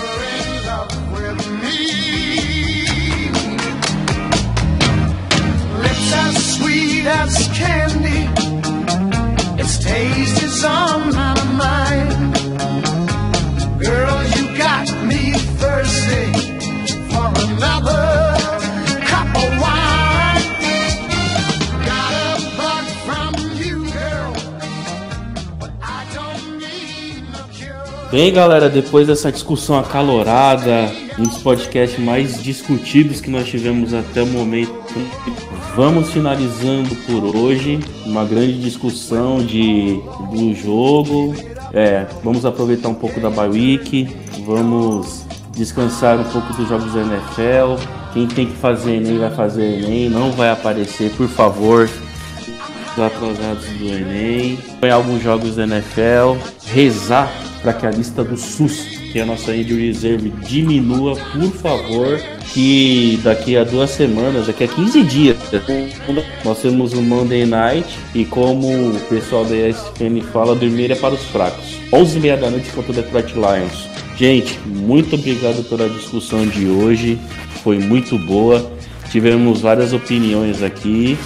Speaker 8: As candy, its taste is on my mind. Girl, you got me thirsty for another cup of wine. Got a bug from you, girl, but I don't need no cure.
Speaker 3: Bem, galera, depois dessa discussão acalorada, um dos podcasts mais discutidos que nós tivemos até o momento, vamos finalizando por hoje uma grande discussão do jogo. Vamos aproveitar um pouco da bye week, vamos descansar um pouco dos jogos da NFL. Quem tem que fazer Enem vai fazer Enem, não vai aparecer, por favor, os atrasados do Enem. Em alguns jogos da NFL, rezar para que a lista do SUS, que é a nossa injury reserve, diminua, por favor, que daqui a 2 semanas, daqui a 15 dias, nós temos o Monday Night e, como o pessoal da ESPN fala, dormir é para os fracos. 11h30 da noite contra o Detroit Lions. Gente, muito obrigado pela discussão de hoje, foi muito boa, tivemos várias opiniões aqui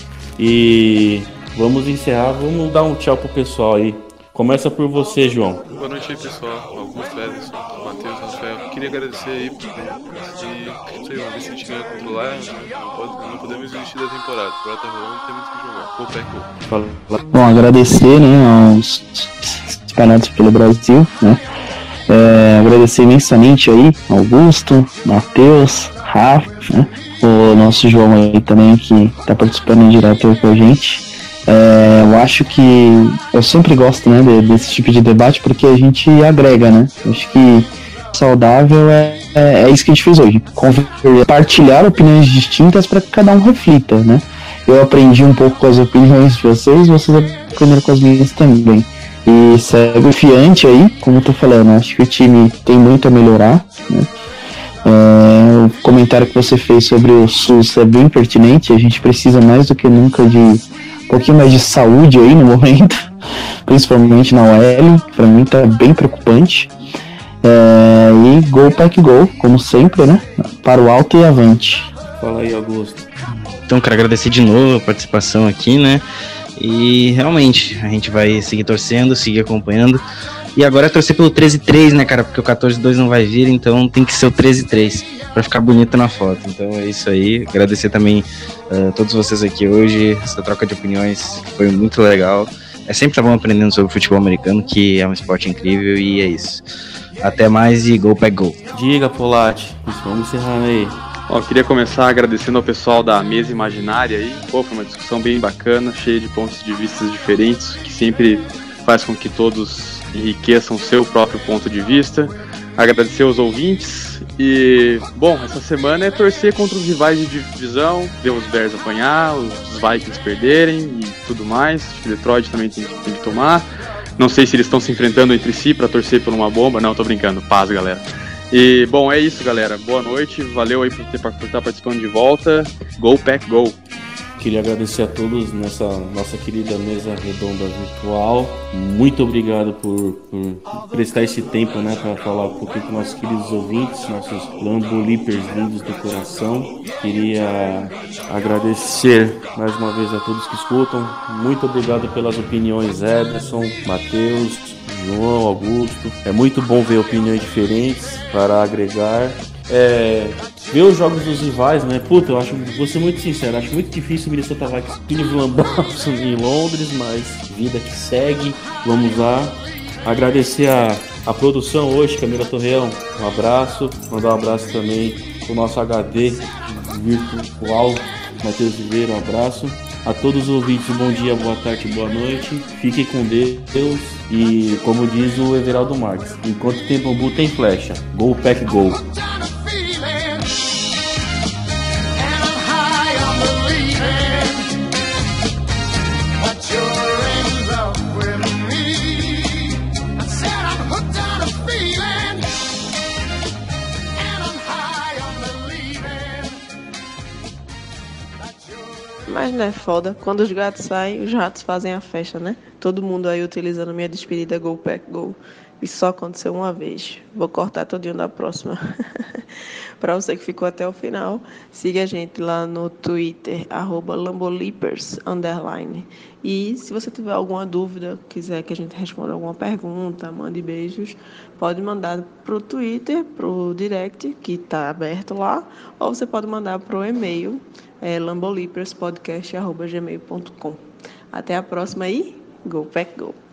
Speaker 3: e vamos encerrar, vamos dar um tchau pro pessoal aí. Começa por você, João.
Speaker 5: Boa noite aí, pessoal. Augusto, Ederson, Matheus, Rafael. Queria agradecer aí por sei lá, ver se a gente ganha contra o Lions, né? Não podemos desistir da temporada. Agora tá rolando, temos que jogar. Gol, pé, gol.
Speaker 7: Bom, agradecer, né, aos espalhados pelo Brasil, né? Agradecer imensamente aí, Augusto, Matheus, Rafa, né? O nosso João aí também, que tá participando em direto aí com a gente. Eu acho que eu sempre gosto, né, desse tipo de debate, porque a gente agrega, né? Acho que saudável é isso que a gente fez hoje, compartilhar opiniões distintas para que cada um reflita, né? Eu aprendi um pouco com as opiniões de vocês aprenderam com as minhas também. E segue confiante aí, como eu tô falando, acho que o time tem muito a melhorar, né? O comentário que você fez sobre o SUS é bem pertinente, a gente precisa mais do que nunca de um pouquinho mais de saúde aí no momento, principalmente na OL, pra mim tá bem preocupante. E gol, pack, gol, como sempre, né? Para o alto e avante.
Speaker 3: Fala aí, Augusto.
Speaker 6: Então, quero agradecer de novo a participação aqui, né? E realmente, a gente vai seguir torcendo, seguir acompanhando. E agora é torcer pelo 13-3, né, cara? Porque o 14-2 não vai vir, então tem que ser o 13-3 pra ficar bonito na foto. Então é isso aí. Agradecer também a todos vocês aqui hoje. Essa troca de opiniões foi muito legal. É sempre bom aprendendo sobre futebol americano, que é um esporte incrível, e é isso. Até mais e gol, pega gol.
Speaker 3: Diga, Polatti. Vamos encerrando aí.
Speaker 4: Eu queria começar agradecendo ao pessoal da mesa imaginária aí. Foi uma discussão bem bacana, cheia de pontos de vista diferentes, que sempre faz com que todos enriqueçam o seu próprio ponto de vista. Agradecer aos ouvintes e, bom, essa semana é torcer contra os rivais de divisão, ver os Bears apanhar, os Vikings perderem e tudo mais. Acho que Detroit também tem que tomar. Não sei se eles estão se enfrentando entre si para torcer por uma bomba. Não, tô brincando. Paz, galera. E, bom, é isso, galera. Boa noite. Valeu aí por estar participando de volta. Go, Pack, go!
Speaker 3: Queria agradecer a todos nessa nossa querida mesa redonda virtual. Muito obrigado por prestar esse tempo, né, para falar um pouquinho com nossos queridos ouvintes, nossos Lambolipers lindos do coração. Queria agradecer mais uma vez a todos que escutam. Muito obrigado pelas opiniões, Ederson, Matheus, João, Augusto. É muito bom ver opiniões diferentes para agregar. Ver os jogos dos rivais, né? Puta, eu acho, vou ser muito sincero, acho muito difícil o Minnesota Vikings Cleveland Browns em Londres, mas vida que segue. Vamos lá. Agradecer a produção hoje, Camila Torreão, um abraço. Mandar um abraço também o nosso HD virtual, Matheus Oliveira, um abraço. A todos os ouvintes, bom dia, boa tarde, boa noite. Fiquem com Deus e, como diz o Everaldo Marques, enquanto tem bambu tem flecha. Go Pack Go!
Speaker 1: Mas não é foda. Quando os gatos saem, os ratos fazem a festa, né? Todo mundo aí utilizando minha despedida Go Pack Go. Isso só aconteceu uma vez. Vou cortar todinho da próxima. Para você que ficou até o final, siga a gente lá no Twitter, @lambolipers_. E se você tiver alguma dúvida, quiser que a gente responda alguma pergunta, mande beijos, pode mandar pro Twitter, pro direct, que está aberto lá, ou você pode mandar pro e-mail, lambolipers_podcast@gmail.com. Até a próxima aí, Go Pack Go!